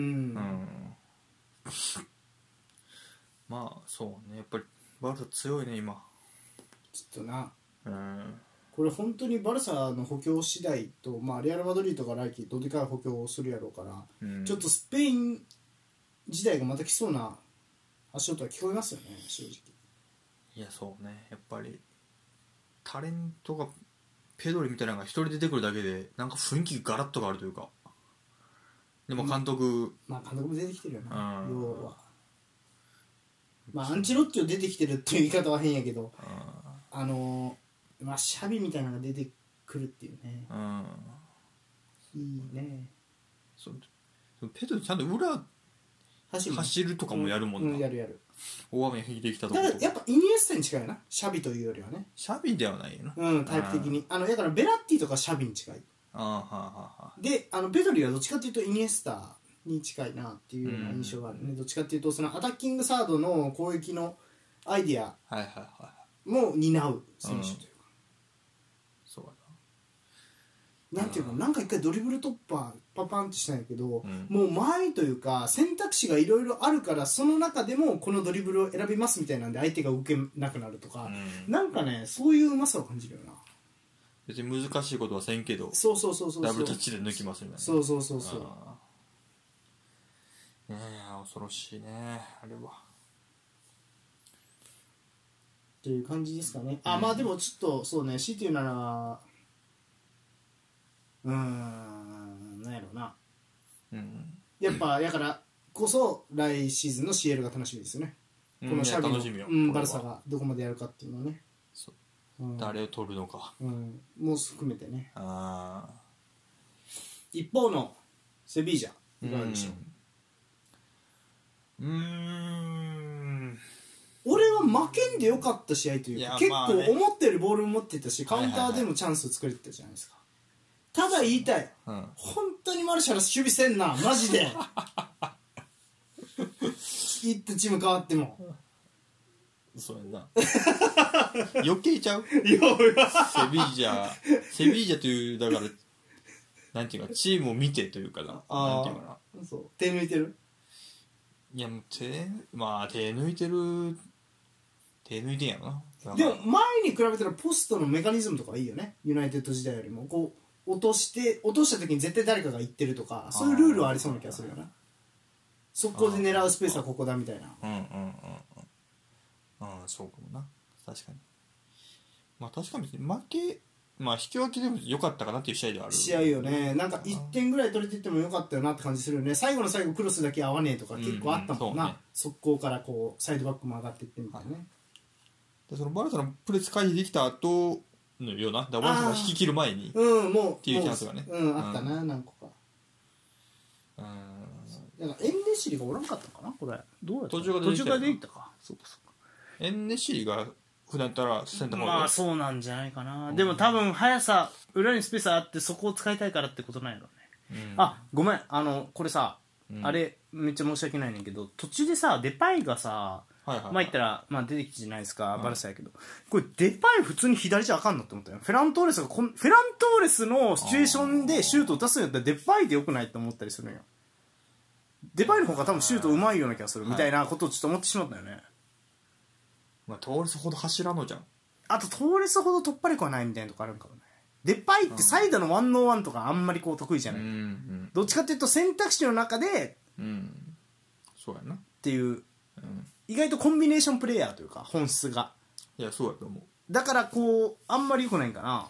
まあそうね、やっぱりバルサ強いね今。 ちょっとな、 うん、 これ本当にバルサの補強次第と、まあ、レアル・マドリードが来季どでかい補強をするやろうから、うん、ちょっとスペイン時代がまた来そうな足音は聞こえますよね、正直。 いやそうね、やっぱりタレントがペドリみたいなのが一人出てくるだけでなんか雰囲気ガラッと変わるというか。でも監督、うん、 まあ監督も出てきてるよな、うん、要はまあアンチロッチを出てきてるっていう言い方は変やけど、うん、あのー、まあシャビみたいなのが出てくるっていうね、うん、いいね。 そうペドリちゃんと裏走る, 走るとかもやるもんな、 うんうん、やるやる。 大雨引いてきたとこだからやっぱイニエスタに近いよな、シャビというよりはね。 シャビではないよな、 うん、タイプ的に。あのだからベラッティとかシャビに近い。 あはあはあ、 であのペドリはどっちかっていうとイニエスタに近いなっていうような印象があるね、うん、どっちかっていうとそのアタッキングサードの攻撃のアイディアも担う選手というか、うん、 そうだな、なんていうの、なんか一回ドリブル突破パパンってしたんやけど、うん、もう前というか選択肢がいろいろあるからその中でもこのドリブルを選びますみたいなんで相手が受けなくなるとか、うん、なんかねそういううまさを感じるよな。 別に難しいことはせんけど、 そうそうそうそうダブルタッチで抜きますみたいな。 そうそうそうそう。 ねえ、恐ろしいねあれは。 という感じですかね。あ、うん、まあでもちょっとそうね、強いて言うならうーん、なんやろうな、うん、やっぱやからこそ来シーズンの シーエル が楽しみですよね、うん、このシャビの、うん、バルサがどこまでやるかっていうのはね、そう、うん、 誰を取るのか、 うん、もう含めてね。あ、一方のセビージャいかがでしょう。うーん、俺は負けんでよかった試合というか、結構思ったよりボールも持ってたし、カウンターでもチャンス作れてたじゃないですか。ただ言いたい、うん、本当にマルシャル守備せんなマジでいったチーム変わってもそうやな余計ちゃうセビージャセビージャというだからなんていうかチームを見てというかな、なんていうかな、 そう手抜いてる。 いやもう手まあ手抜いてる手抜いてんやろな。 でも前に比べたらポストのメカニズムとかはいいよね、ユナイテッド時代よりも。こう落として落とした時に絶対誰かが行ってるとか、そういうルールはありそうな気がするよな。そこで狙うスペースはここだみたいな。 うんうんうんうん。ああそうかもな、確かに。まあ確かに負けまあ引き分けでも良かったかなっていう試合ではある。 試合よね。なんかいってんぐらい取れていっても良かったよなって感じするよね。最後の最後クロスだけ合わねえとか結構あったもんな、うんうんね、速攻からこうサイドバックも上がっていってみたいなね、はい、 でそのバルサのプレス回避できた後のような、だからバルサが引き切る前にうんもうっていうチャンスがね、 うん、あったな、うん、何個か。うん、だからエンネシリがおらんかったのかなこれ。どうやった途中から出てきたか。そうかそうか。 エンネシリが普段やったらセンターフォワード、 まあそうなんじゃないかな、うん、でも多分速さ裏にスペースあってそこを使いたいからってことなんやろうね、うん、あごめんあのこれさ、うん、あれめっちゃ申し訳ないねんけど途中でさデパイがさ、はいはいはい、まあ言ったら、まあ、出てきたじゃないですか、バルサやけどこれデパイ普通に左じゃあかんのって思ったよ。フェラントーレスがこんフェラントーレスのシチュエーションでシュート打たすんやったらデパイでよくないって思ったりするんよ。デパイの方が多分シュートうまいような気がするみたいなことをちょっと思ってしまったよね。 まあ、トーレスほど走らんのじゃん。 あとトーレスほど突破力はないみたいなとこあるんかもね。デパイってサイドのワンノーワンとかあんまりこう得意じゃない、うんうん、どっちかっていうと選択肢の中で、うん、 そうやなっていう、うん、意外とコンビネーションプレイヤーというか本質が。 いやそうやと思う。 だからこうあんまり良くないんかな。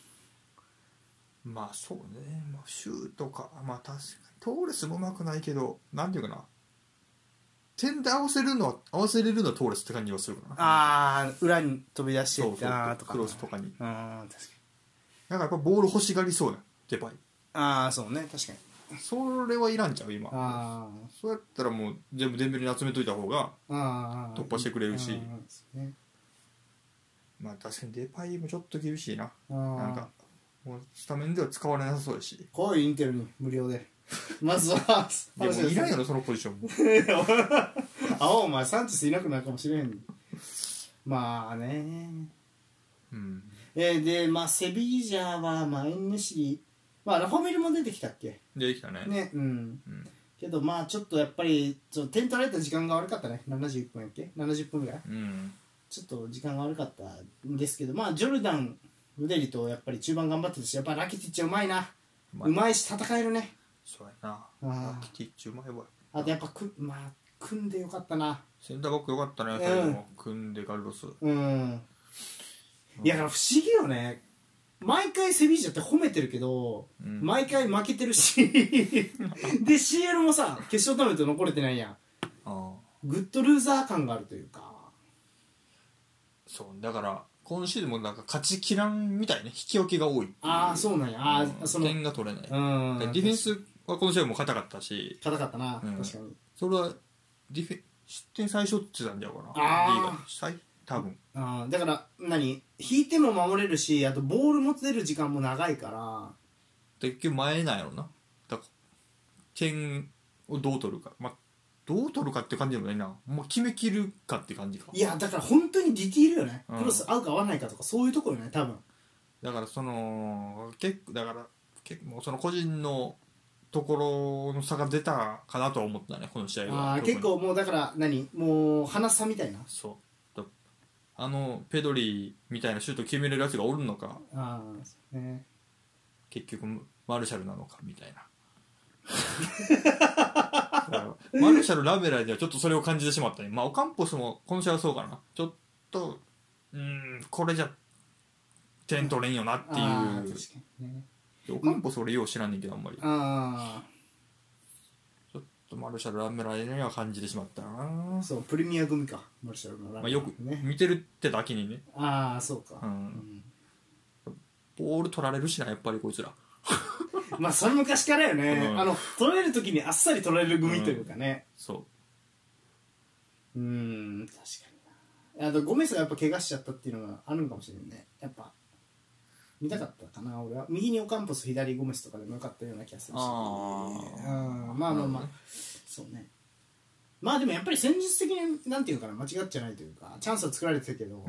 まあそうね、まあ、シュートか、まあ確かにトーレスもうまくないけど、なんていうかな、点で合わせるのは合わせれるのはトーレスって感じはするかな。 ああ、裏に飛び出していったとか、 クロスとかに。 ああ、確かに。 なんかやっぱボール欲しがりそうなデパイ。 ああ、そうね、確かに。 それはいらんちゃう今。 ああ、 そうやったらもう全部デンベレに集めといた方が突破してくれるし、 ね、 まあ確かにデパイもちょっと厳しいな。なんかもうスタメンでは使われなさそうだし。 来いインテルに無料で。まずは。 いやもういらんやろそのポジションも。 あお前サンチェスいなくなるかもしれへん。まあね。うん。えー、でまあセビージャはまあエンネシリ、まあラファメルも出てきたっけ。 出てきたね。 ね、うん。うん、けどまあちょっとやっぱりちょっと点取られた時間が悪かったね。ななじゅういっぷんやっけ、ななじゅっぷんぐらい。うん。ちょっと時間が悪かったんですけど、まあジョルダン、ルデリとやっぱり中盤頑張ってたし、やっぱラキティッチはうまいな。うまいし戦えるね。 そうやな。ラキティッチうまいわ。 あとやっぱく、まあ、組んでよかったな。 センターバックよかったね、最後も。組んでガルロス。うん。 いや、だから不思議よね。毎回セビージャって褒めてるけど、うん、毎回負けてるしで シーエル もさ決勝トーナメント残れてないやん。あグッドルーザー感があるというか。 そうだから今シーズンもなんか勝ちきらんみたいね、引き分けが多い。 ああそうなんや。あ、うん、その点が取れない。うんディフェンスはこの試合も硬かったし、 硬かったな、うん、確かに。 それはディフェ失点最小ってなんじゃうかな。あリーガ最多分。 あだから何引いても守れるし、あとボール持てる時間も長いから。 結局前なんやろな。だから点をどう取るか、まあどう取るかって感じでもないな、まあ、決めきるかって感じか。 いやだから本当にディティールよね、うん、クロス合うか合わないかとかそういうところよね多分。 だからその結構だから結構その個人のところの差が出たかなとは思ったねこの試合は。 あ結構もうだから何もう離さみたいな。 そうあのペドリみたいなシュート決めれるやつがおるのか、あそう、ね、結局マルシャルなのかみたいなマルシャルラベラではちょっとそれを感じてしまったね。まあオカンポスもこの試合はそうかな、ちょっとうーんこれじゃ点取れんよなっていう、うん、確かにね、オカンポス俺よう知らんねんけどあんまり、あちょっとマルシャルラベラには感じてしまったな。 そうプレミア組かマルシャルのラベラ、 まあ、よく見てるってだけにね。 ああそうか、うんうん、ボール取られるしなやっぱりこいつらまあそれ昔からよね、うん、あの取られる時にあっさり取られる組というかね、うん、そううん確かにな。あとゴメスがやっぱ怪我しちゃったっていうのがあるのかもしれないね。やっぱ見たかったかな俺は。右にオカンポス左ゴメスとかでもよかったような気がするし、あ、うん、まあまあまあ、ね、そうね。まあでもやっぱり戦術的になんていうかな間違っちゃないというかチャンスは作られてたけど、うん、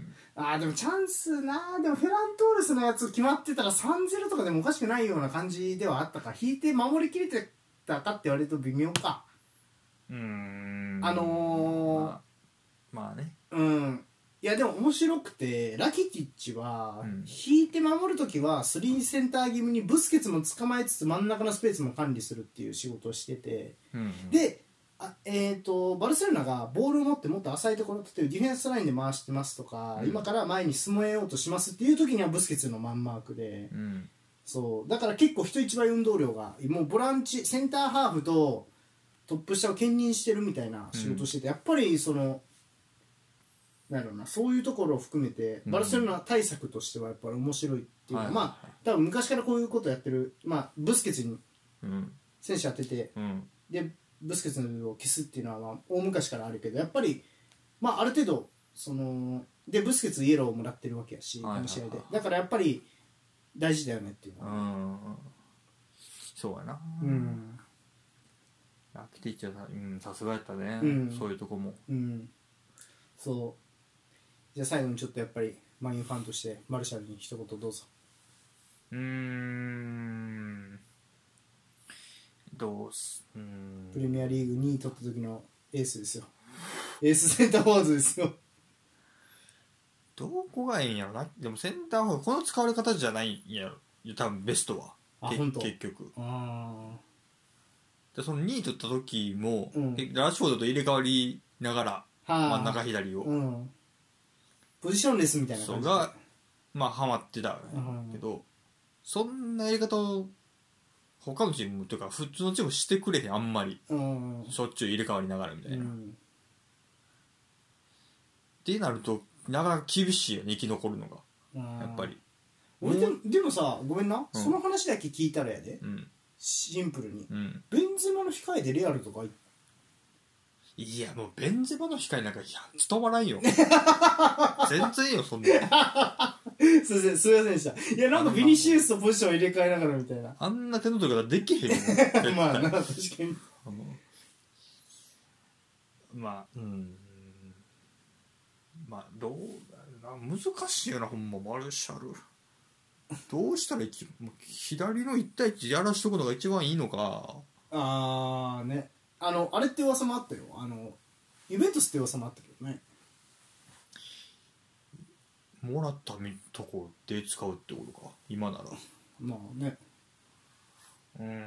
ああでもチャンスなでもフェラントーレスのやつ決まってたら さんたいゼロ とかでもおかしくないような感じではあったから、引いて守りきれてたかって言われると微妙か。うーんあのー、まあ、まあねうんいやでも面白くてラキティッチは、うん、引いて守るときはスリーセンター気味にブスケツも捕まえつつ真ん中のスペースも管理するっていう仕事をしてて、うんうん、であえー、とバルセロナがボールを持ってもっと浅いところ、例えばディフェンスラインで回してますとか、うん、今から前に進めようとしますっていう時にはブスケツのマンマークで、うん、そうだから結構人一倍運動量がもうボランチセンターハーフとトップ下を兼任してるみたいな仕事をしてて、うん、やっぱりそのなんだろうなそういうところを含めてバルセロナ対策としてはやっぱり面白いっていうか、うん、まあ多分昔からこういうことをやってる、まあ、ブスケツに選手当てて、うん、でブスケツを消すっていうのはまあ大昔からあるけど、やっぱり、まあ、ある程度そのでブスケツイエローをもらってるわけやし、この試合でだからやっぱり大事だよねっていうのは、うん、そうやな、うん、ラキティッチはさすがやったね、うん、そういうとこも、うん、そうじゃあ最後にちょっとやっぱりマインファンとしてマルシャルに一言どうぞ。うーんどうすうんプレミアリーグにい取った時のエースですよ。エースセンターフォワードですよ。どこがいいんやろな。でもセンターフォワードこの使われ方じゃないんやろ多分ベストは。あ本当結局あでそのにい取った時も、うん、ラッシュフォードと入れ替わりながら真ん中左を、うん、 ポジションレスみたいな感じがまあハマってたけど、うん、そんなやり方を他のチームというか普通のチームしてくれへんあんまり、うん、しょっちゅう入れ替わりながらみたいな、うん、ってなるとなかなか厳しいよね生き残るのが、うん、やっぱり俺でもでもさごめんな、うん、その話だけ聞いたらやで、うん、シンプルに、うん、ベンゼマの控えでレアルとかいやもうベンゼマの控えなんか務まらんよ全然いいよそんなすいませんすいませんでした。いやなんかビニシウスとポジション入れ替えながらみたいなあんな手の取り方できへんよまあな確かにあのまあうんまあどうだろうな難しいよなほんまマルシャルどうしたらいい左のいち対いちやらしとくのが一番いいのかあーねあのあれって噂もあったよあのユベントスって噂もあったけどねもらったとこで使うってことか今ならまあねうーん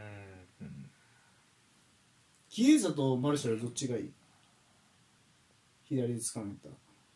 キエザとマルシャルどっちがいい左で使うんやった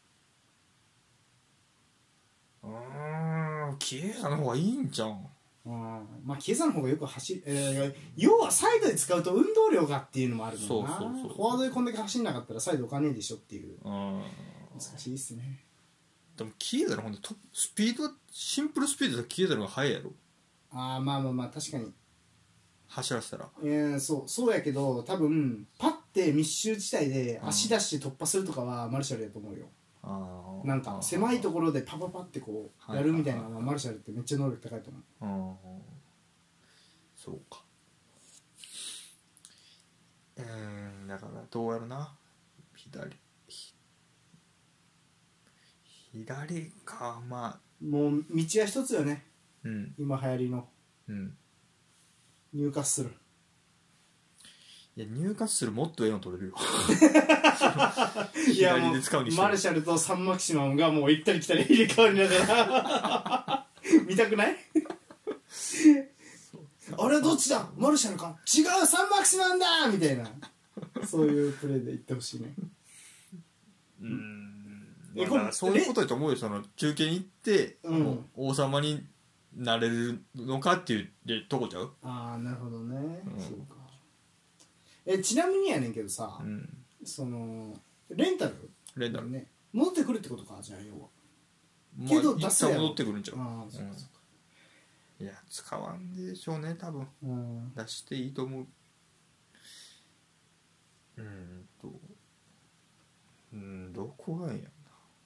らうーんキエザの方がいいんじゃんあまあキエザの方がよく走る、えー、要はサイドで使うと運動量がっていうのもあるもんなそうそうそうフォワードでこんだけ走んなかったらサイドおかねえでしょっていう難しいっすねでもキエザのほんでスピードシンプルスピードでキエザの方が速いやろああまあまあまあ確かに走らせたらえー、そうそうやけど多分パッて密集地帯で足出して突破するとかはマルシャルやと思うよあなんか狭いところでパパパってこうやるみたいなのはマルシャルってめっちゃ能力高いと思うあそうかうーんだからどうやるな左左かまあもう道は一つよね、うん、今流行りの、うん、入荷するいや入荷するもっとええの取れるよいやもうマルシャルとサンマキシマムがもう行ったり来たり入れ替わりながら見たくないあれはどっちだマルシャルか違うサンマキシマムだみたいなそういうプレーで言ってほしいねうーんまあ、そういうことだと思うよその中継に行って、うん、王様になれるのかっていうでとこちゃうああなるほどね、うん、そうかえちなみにやねんけどさ、うん、そのレンタルレンタルね戻ってくるってことかじゃあ要は、 まあ、けど出せや戻ってくるんちゃうああそうかそうか、うん、いや使わんでしょうね多分、うん、出していいと思ううんとうんどこがいいんや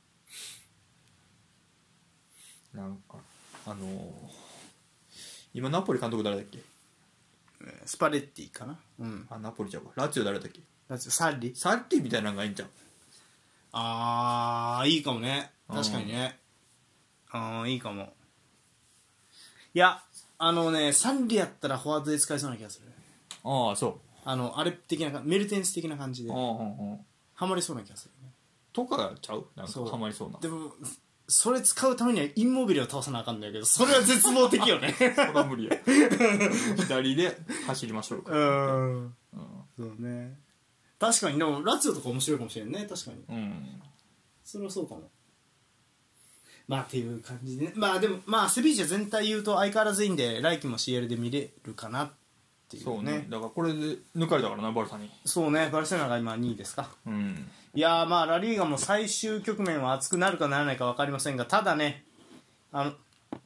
なんかあのー、今ナポリ監督誰だっけスパレッティかな、 うん、あナポリちゃうかラツィオ誰だっけラツィオサッリサッリみたいなのがいいんちゃうあーいいかもね確かにねあーいいかもいやあのねサッリやったらフォワードで使えそうな気がするああそうあのあれ的なメルテンス的な感じでハマりそうな気がするねとかちゃうなんかハマりそうなでもそれ使うためにはインモビルを倒さなあかんだけどそれは絶望的よねそれは無理や左で走りましょうかうん、うん、 そうね確かにでもラツィオとか面白いかもしれんね確かに、うん、それはそうかもまあっていう感じでねまあでもまあセビージャ全体言うと相変わらずいいんで来季も シーエル で見れるかなっていうねそうねだからこれで抜かれたからなバルサにそうねバルセロナが今にいですかうんいやまあラリーガも最終局面は熱くなるかならないか分かりませんがただねあの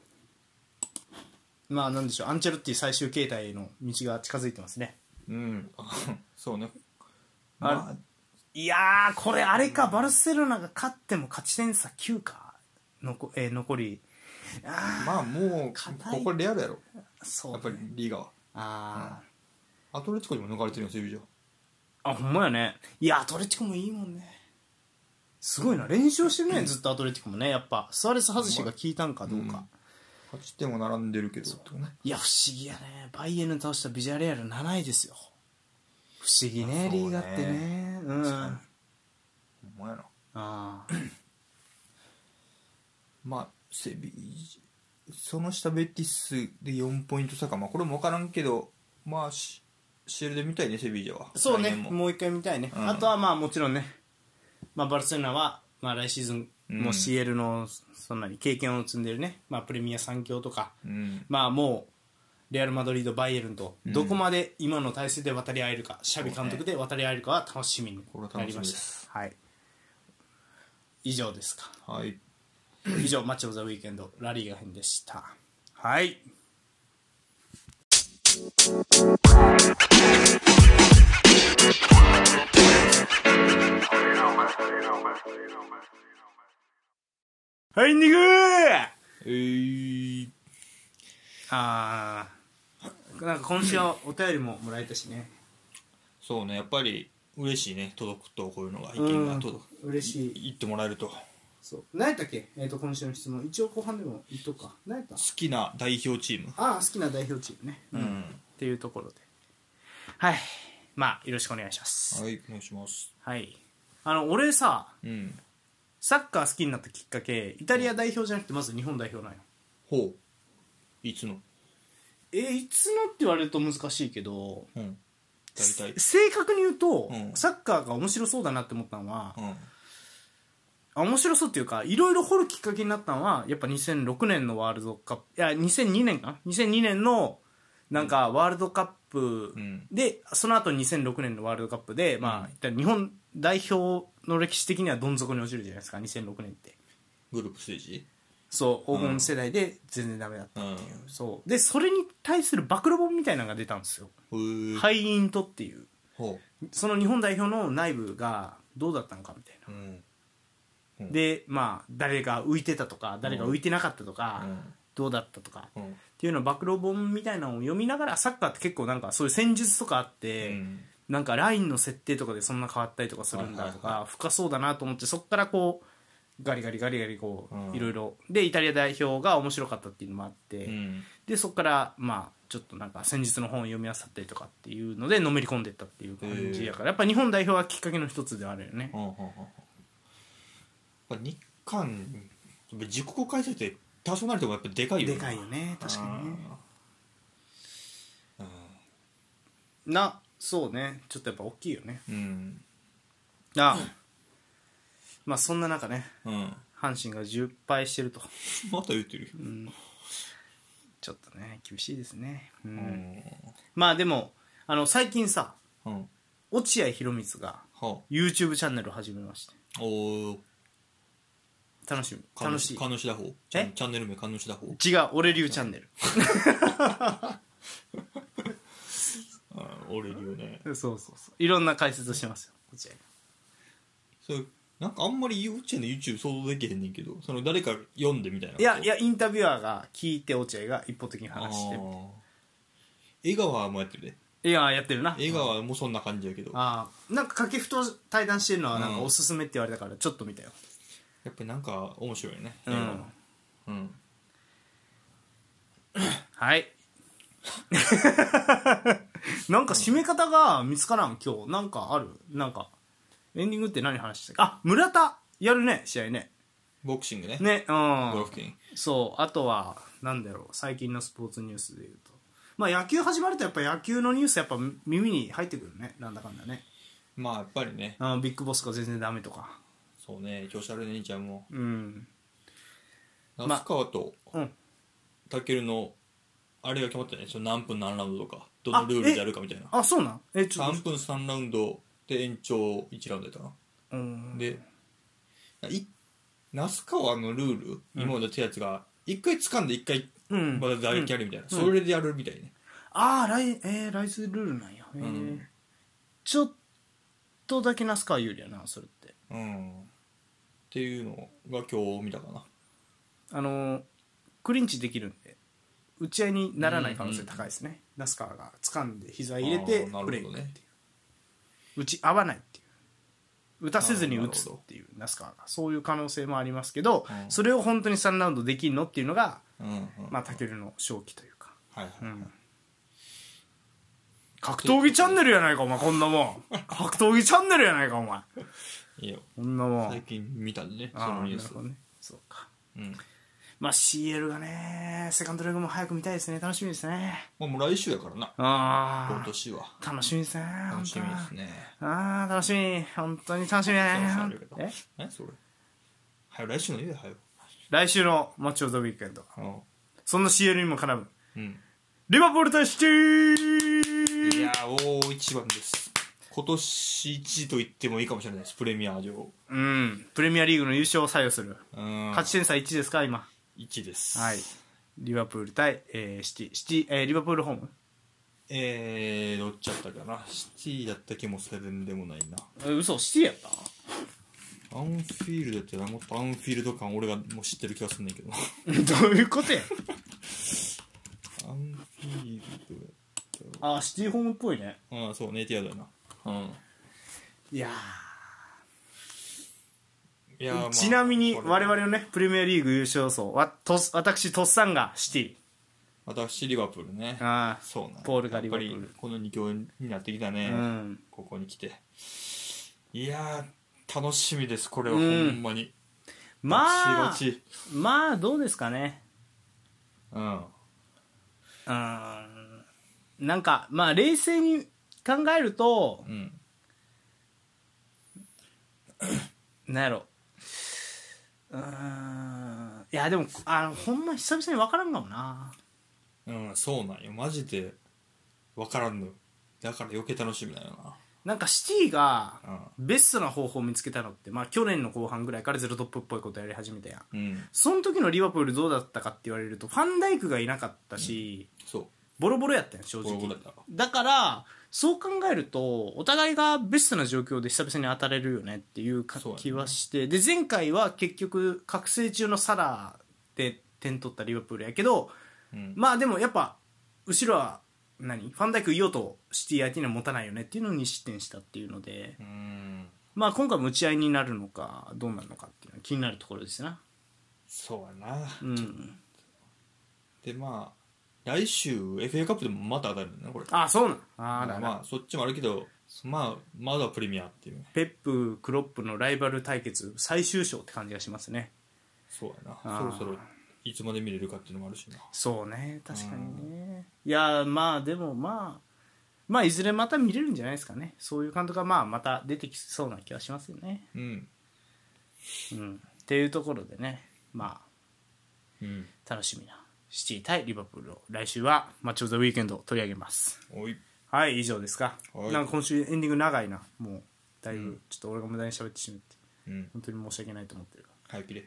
まあなんでしょうアンチェロッティ最終形態への道が近づいてますねうんそうねまあいやーこれあれかバルセロナが勝っても勝ち点差きゅうかのこ、えー、残りあまあもうここレアルやろそう、ね、やっぱりリーガはあ、うん、アトレティコにも抜かれてるよセビージャあほんまやねいやアトレティコもいいもんねすごいな連勝してるね、うん、ずっとアトレティコもねやっぱスアレス外しが効いたんかどうか、うん、 はちてんも並んでるけどいや不思議やねバイエルン倒したビジャレアルなないですよ不思議ねリーガってねうんほんまやなあまあセビージその下ベティスでよんポイント差かまあこれも分からんけどまあシェルで見たいねセビージャはそうねもう一回見たいね、うん、あとはまあもちろんね、まあ、バルセロナは、まあ、来シーズンうん、もう シーエル のそんなに経験を積んでるね、まあ、プレミア三強とか、うん、まあもうレアル・マドリード、バイエルンとどこまで今の体制で渡り合えるか、うん、シャビ監督で渡り合えるかは楽しみになりました、はい、以上ですか、 はい、 以上マッチオブザウィーケンドラリーガ編でした。はい、はい、エンディングー。 えー、 あー、なんか今週はお便りももらえたしね。 そうね、やっぱり嬉しいね、届くとこういうのが意見が届く、 嬉しい、 言ってもらえると。 そう何やったっけ、えー、と今週の質問一応後半でも言っとくか。何やった好きな代表チーム。 ああ、好きな代表チームね、うん、うん、っていうところで、はい、まあよろしくお願いします。 はい、お願いします。 はい、あの俺さ、 うん、 サッカー好きになったきっかけイタリア代表じゃなくてまず日本代表なんよ。 ほう、いつの？ えー、いつのって言われると難しいけど、うん、 大体正確に言うと、 うん、 サッカーが面白そうだなって思ったのは、うん、面白そうっていうかいろいろ掘るきっかけになったのはやっぱにせんろくねんのワールドカップ、いやにせんにねんかな、にせんにねんのなんかワールドカップで、うん、その後にせんろくねんのワールドカップで、まあ、日本代表の歴史的にはどん底に落ちるじゃないですか、にせんろくねんって。 グループステージ、 そう、黄金世代で全然ダメだったっていう、うん、そうでそれに対する暴露本みたいなのが出たんですよ、ハイイントっていう、その日本代表の内部がどうだったのかみたいな、うんうん、でまあ誰が浮いてたとか誰が浮いてなかったとか、うん、どうだったとか、うん、っていうのを暴露本みたいなのを読みながら、サッカーって結構なんかそういう戦術とかあって、うん、なんかラインの設定とかでそんな変わったりとかするんだとか、はいはいはい、深そうだなと思って、そこからこうガリガリガリガリこういろいろでイタリア代表が面白かったっていうのもあって、うん、でそこからまあちょっとなんか戦術の本を読み漁ったりとかっていうのでのめり込んでいったっていう感じだから、やっぱ日本代表はきっかけの一つではあるよね。 やっぱ日韓自国開催って多少なりともやっぱでかいよね。 でかいよね、確かにね。な、そうね、ちょっとやっぱ大きいよね。うん。あ、まあそんな中ね、うん、阪神がじゅっぱいしてると。 また言ってるよ、うん、 ちょっとね厳しいですね、うんうん、まあでもあの最近さ、うん、落合博満が YouTube チャンネルを始めまして、お楽しみ楽しい。 神主打法チャンネル名神主打法違う、俺流チャンネル俺流ね。 そうそうそう、いろんな解説してますよ落合が。 そうなんかあんまりうちの YouTube 想像できへんねんけど、その誰か読んでみたいな。 いやいや、インタビュアーが聞いて落合が一方的に話してみたいな。 江川もやってるで。 江川やってるな。 江川もそんな感じやけど、 ああ、なんか掛布と対談してるのはなんかおすすめって言われたからちょっと見たよ、 うん、やっぱりなんか面白いね、うん、うん、 はいなんか締め方が見つからん今日。なんかある？なんかエンディングって何話したっけ？あ、村田やるね、試合ね。 ボクシングね。 ね、うん。 ゴルフ券。 そう、あとはなんだろう、最近のスポーツニュースでいうと、まあ野球始まるとやっぱ野球のニュースやっぱ耳に入ってくるね、なんだかんだね。 まあやっぱりね。 あ、ビッグボスが全然ダメとか。 そうね、調子悪い兄ちゃんも。 うん。 那須川とタケルのあれが決まったね。その何分何ラウンドとか、どのルールでやるかみたいな。 あ、あ、そうなん？え、ちょっとさんぷんさんラウンドで延長いちラウンドやったな。うん。で、い那須川のルール、今までやったやつがいっかい掴んでいっかいまだ打撃やるみたいな、うん、それでやるみたいね。 ああ、ライ、えー、ライズルールなんや。えーうん、ちょっとだけ那須川有利やな、それって。 うん。っていうのが今日見たかな。 あのクリンチできるんで打ち合いにならない可能性高いですね、うんうん、那須川が掴んで膝入れてプレーっていう、ね、打ち合わないっていう、打たせずに打つっていう那須川がそういう可能性もありますけど、うん、それを本当にさんラウンドできるのっていうのが、うんうん、まあタケルの勝機というか、はいはいはい、うん、格闘技チャンネルやないかお前、こんなもん格闘技チャンネルやないかお前。 いいよ、 こんなもん最近見たんでね、そのニュース。 ね、そうか、うん、まあ シーエル がね、セカンドレグも早く見たいですね。楽しみですね。 もうもう来週やからな。 あ今年は楽しみですね。 楽しみですね。 ああ楽しみ、本当に楽しみね。 え？何それ？ はよ来週の言うよはよ。 来週のマッチオブザウィークエンド、そんな シーエル にも絡む、 うん、 リバプール対シティ。 いやー大一番です。今年一と言ってもいいかもしれないです。プレミア上、 うん、プレミアリーグの優勝を左右する、 うん、 勝ち点差いちですか今。 いちです。 はい。リバプール対、えー、シティシティ、えー、リバプールホーム、 えー、どっちだったかな。シティだった気もせんでもないな。 え嘘、シティやった。 アンフィールドってな、もっとアンフィールド感俺がもう知ってる気がするんだけどどういうことやアンフィールド、あ、シティホームっぽいね。 ド、ああそうネイティアだよな。うん。 いやいや、まあ、 ちなみに我々のねプレミアリーグ優勝層はと私トッサンがシティ、 私リバプールね。 ああそうなんポールがリバプール、 やっぱりこのに強になってきたね、 うん、 ここに来て。いや楽しみですこれは、ほんまに、 うん、まあバチバチ。 まあどうですかね。 うんうんなんかまあ冷静に考えると、 うん、 なんやろ、うーんいやでもあのほんま久々に分からんかもな。 うんそうなんよマジで分からんの。だから余計楽しみだよな。 なんかシティがベストな方法を見つけたのって、まあ、去年の後半ぐらいからゼロトップっぽいことやり始めたやん、うん、その時のリバプールどうだったかって言われるとファンダイクがいなかったし、うん、そうボロボロやったやん正直。ボロボロだった。だからそう考えるとお互いがベストな状況で久々に当たれるよねっていう気はして、で前回は結局覚醒中のサラで点取ったリバプールやけど、うん、まあでもやっぱ後ろは何ファンダイクいようとシティ相手には持たないよねっていうのをに失点したっていうので、うーんまあ今回も打ち合いになるのかどうなるのかっていうのは気になるところですな。 そうやな、 うん、 でまあ来週 エフエー カップでもまた当たるんだねこれ。 ああそうなんあだまあそっちもあるけどまあまだプレミアっていう、ね、 ペップクロップのライバル対決最終章って感じがしますね。 そうやなそろそろいつまで見れるかっていうのもあるしな。 そうね確かにね、うん、いやまあでもまあまあいずれまた見れるんじゃないですかね。そういう監督がまあまた出てきそうな気はしますよね。うん、うん、っていうところでねまあ、うん、楽しみなシティ対リバプールを来週はマッチオブザウィークエンドを取り上げます。おいはい以上ですか。なんか今週エンディング長いなもうだいぶ、うん、ちょっと俺が無駄に喋ってしまって、うん、本当に申し訳ないと思ってる。 はい切れ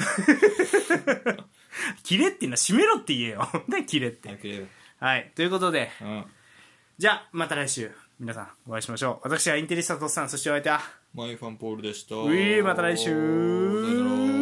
切れっていうのは締めろって言えよ何切れって。はいということで、うん、じゃあまた来週皆さんお会いしましょう。私はインテリスタトスさん、そしてお相手はマイファンポールでした。 ういまた来週。さよなら。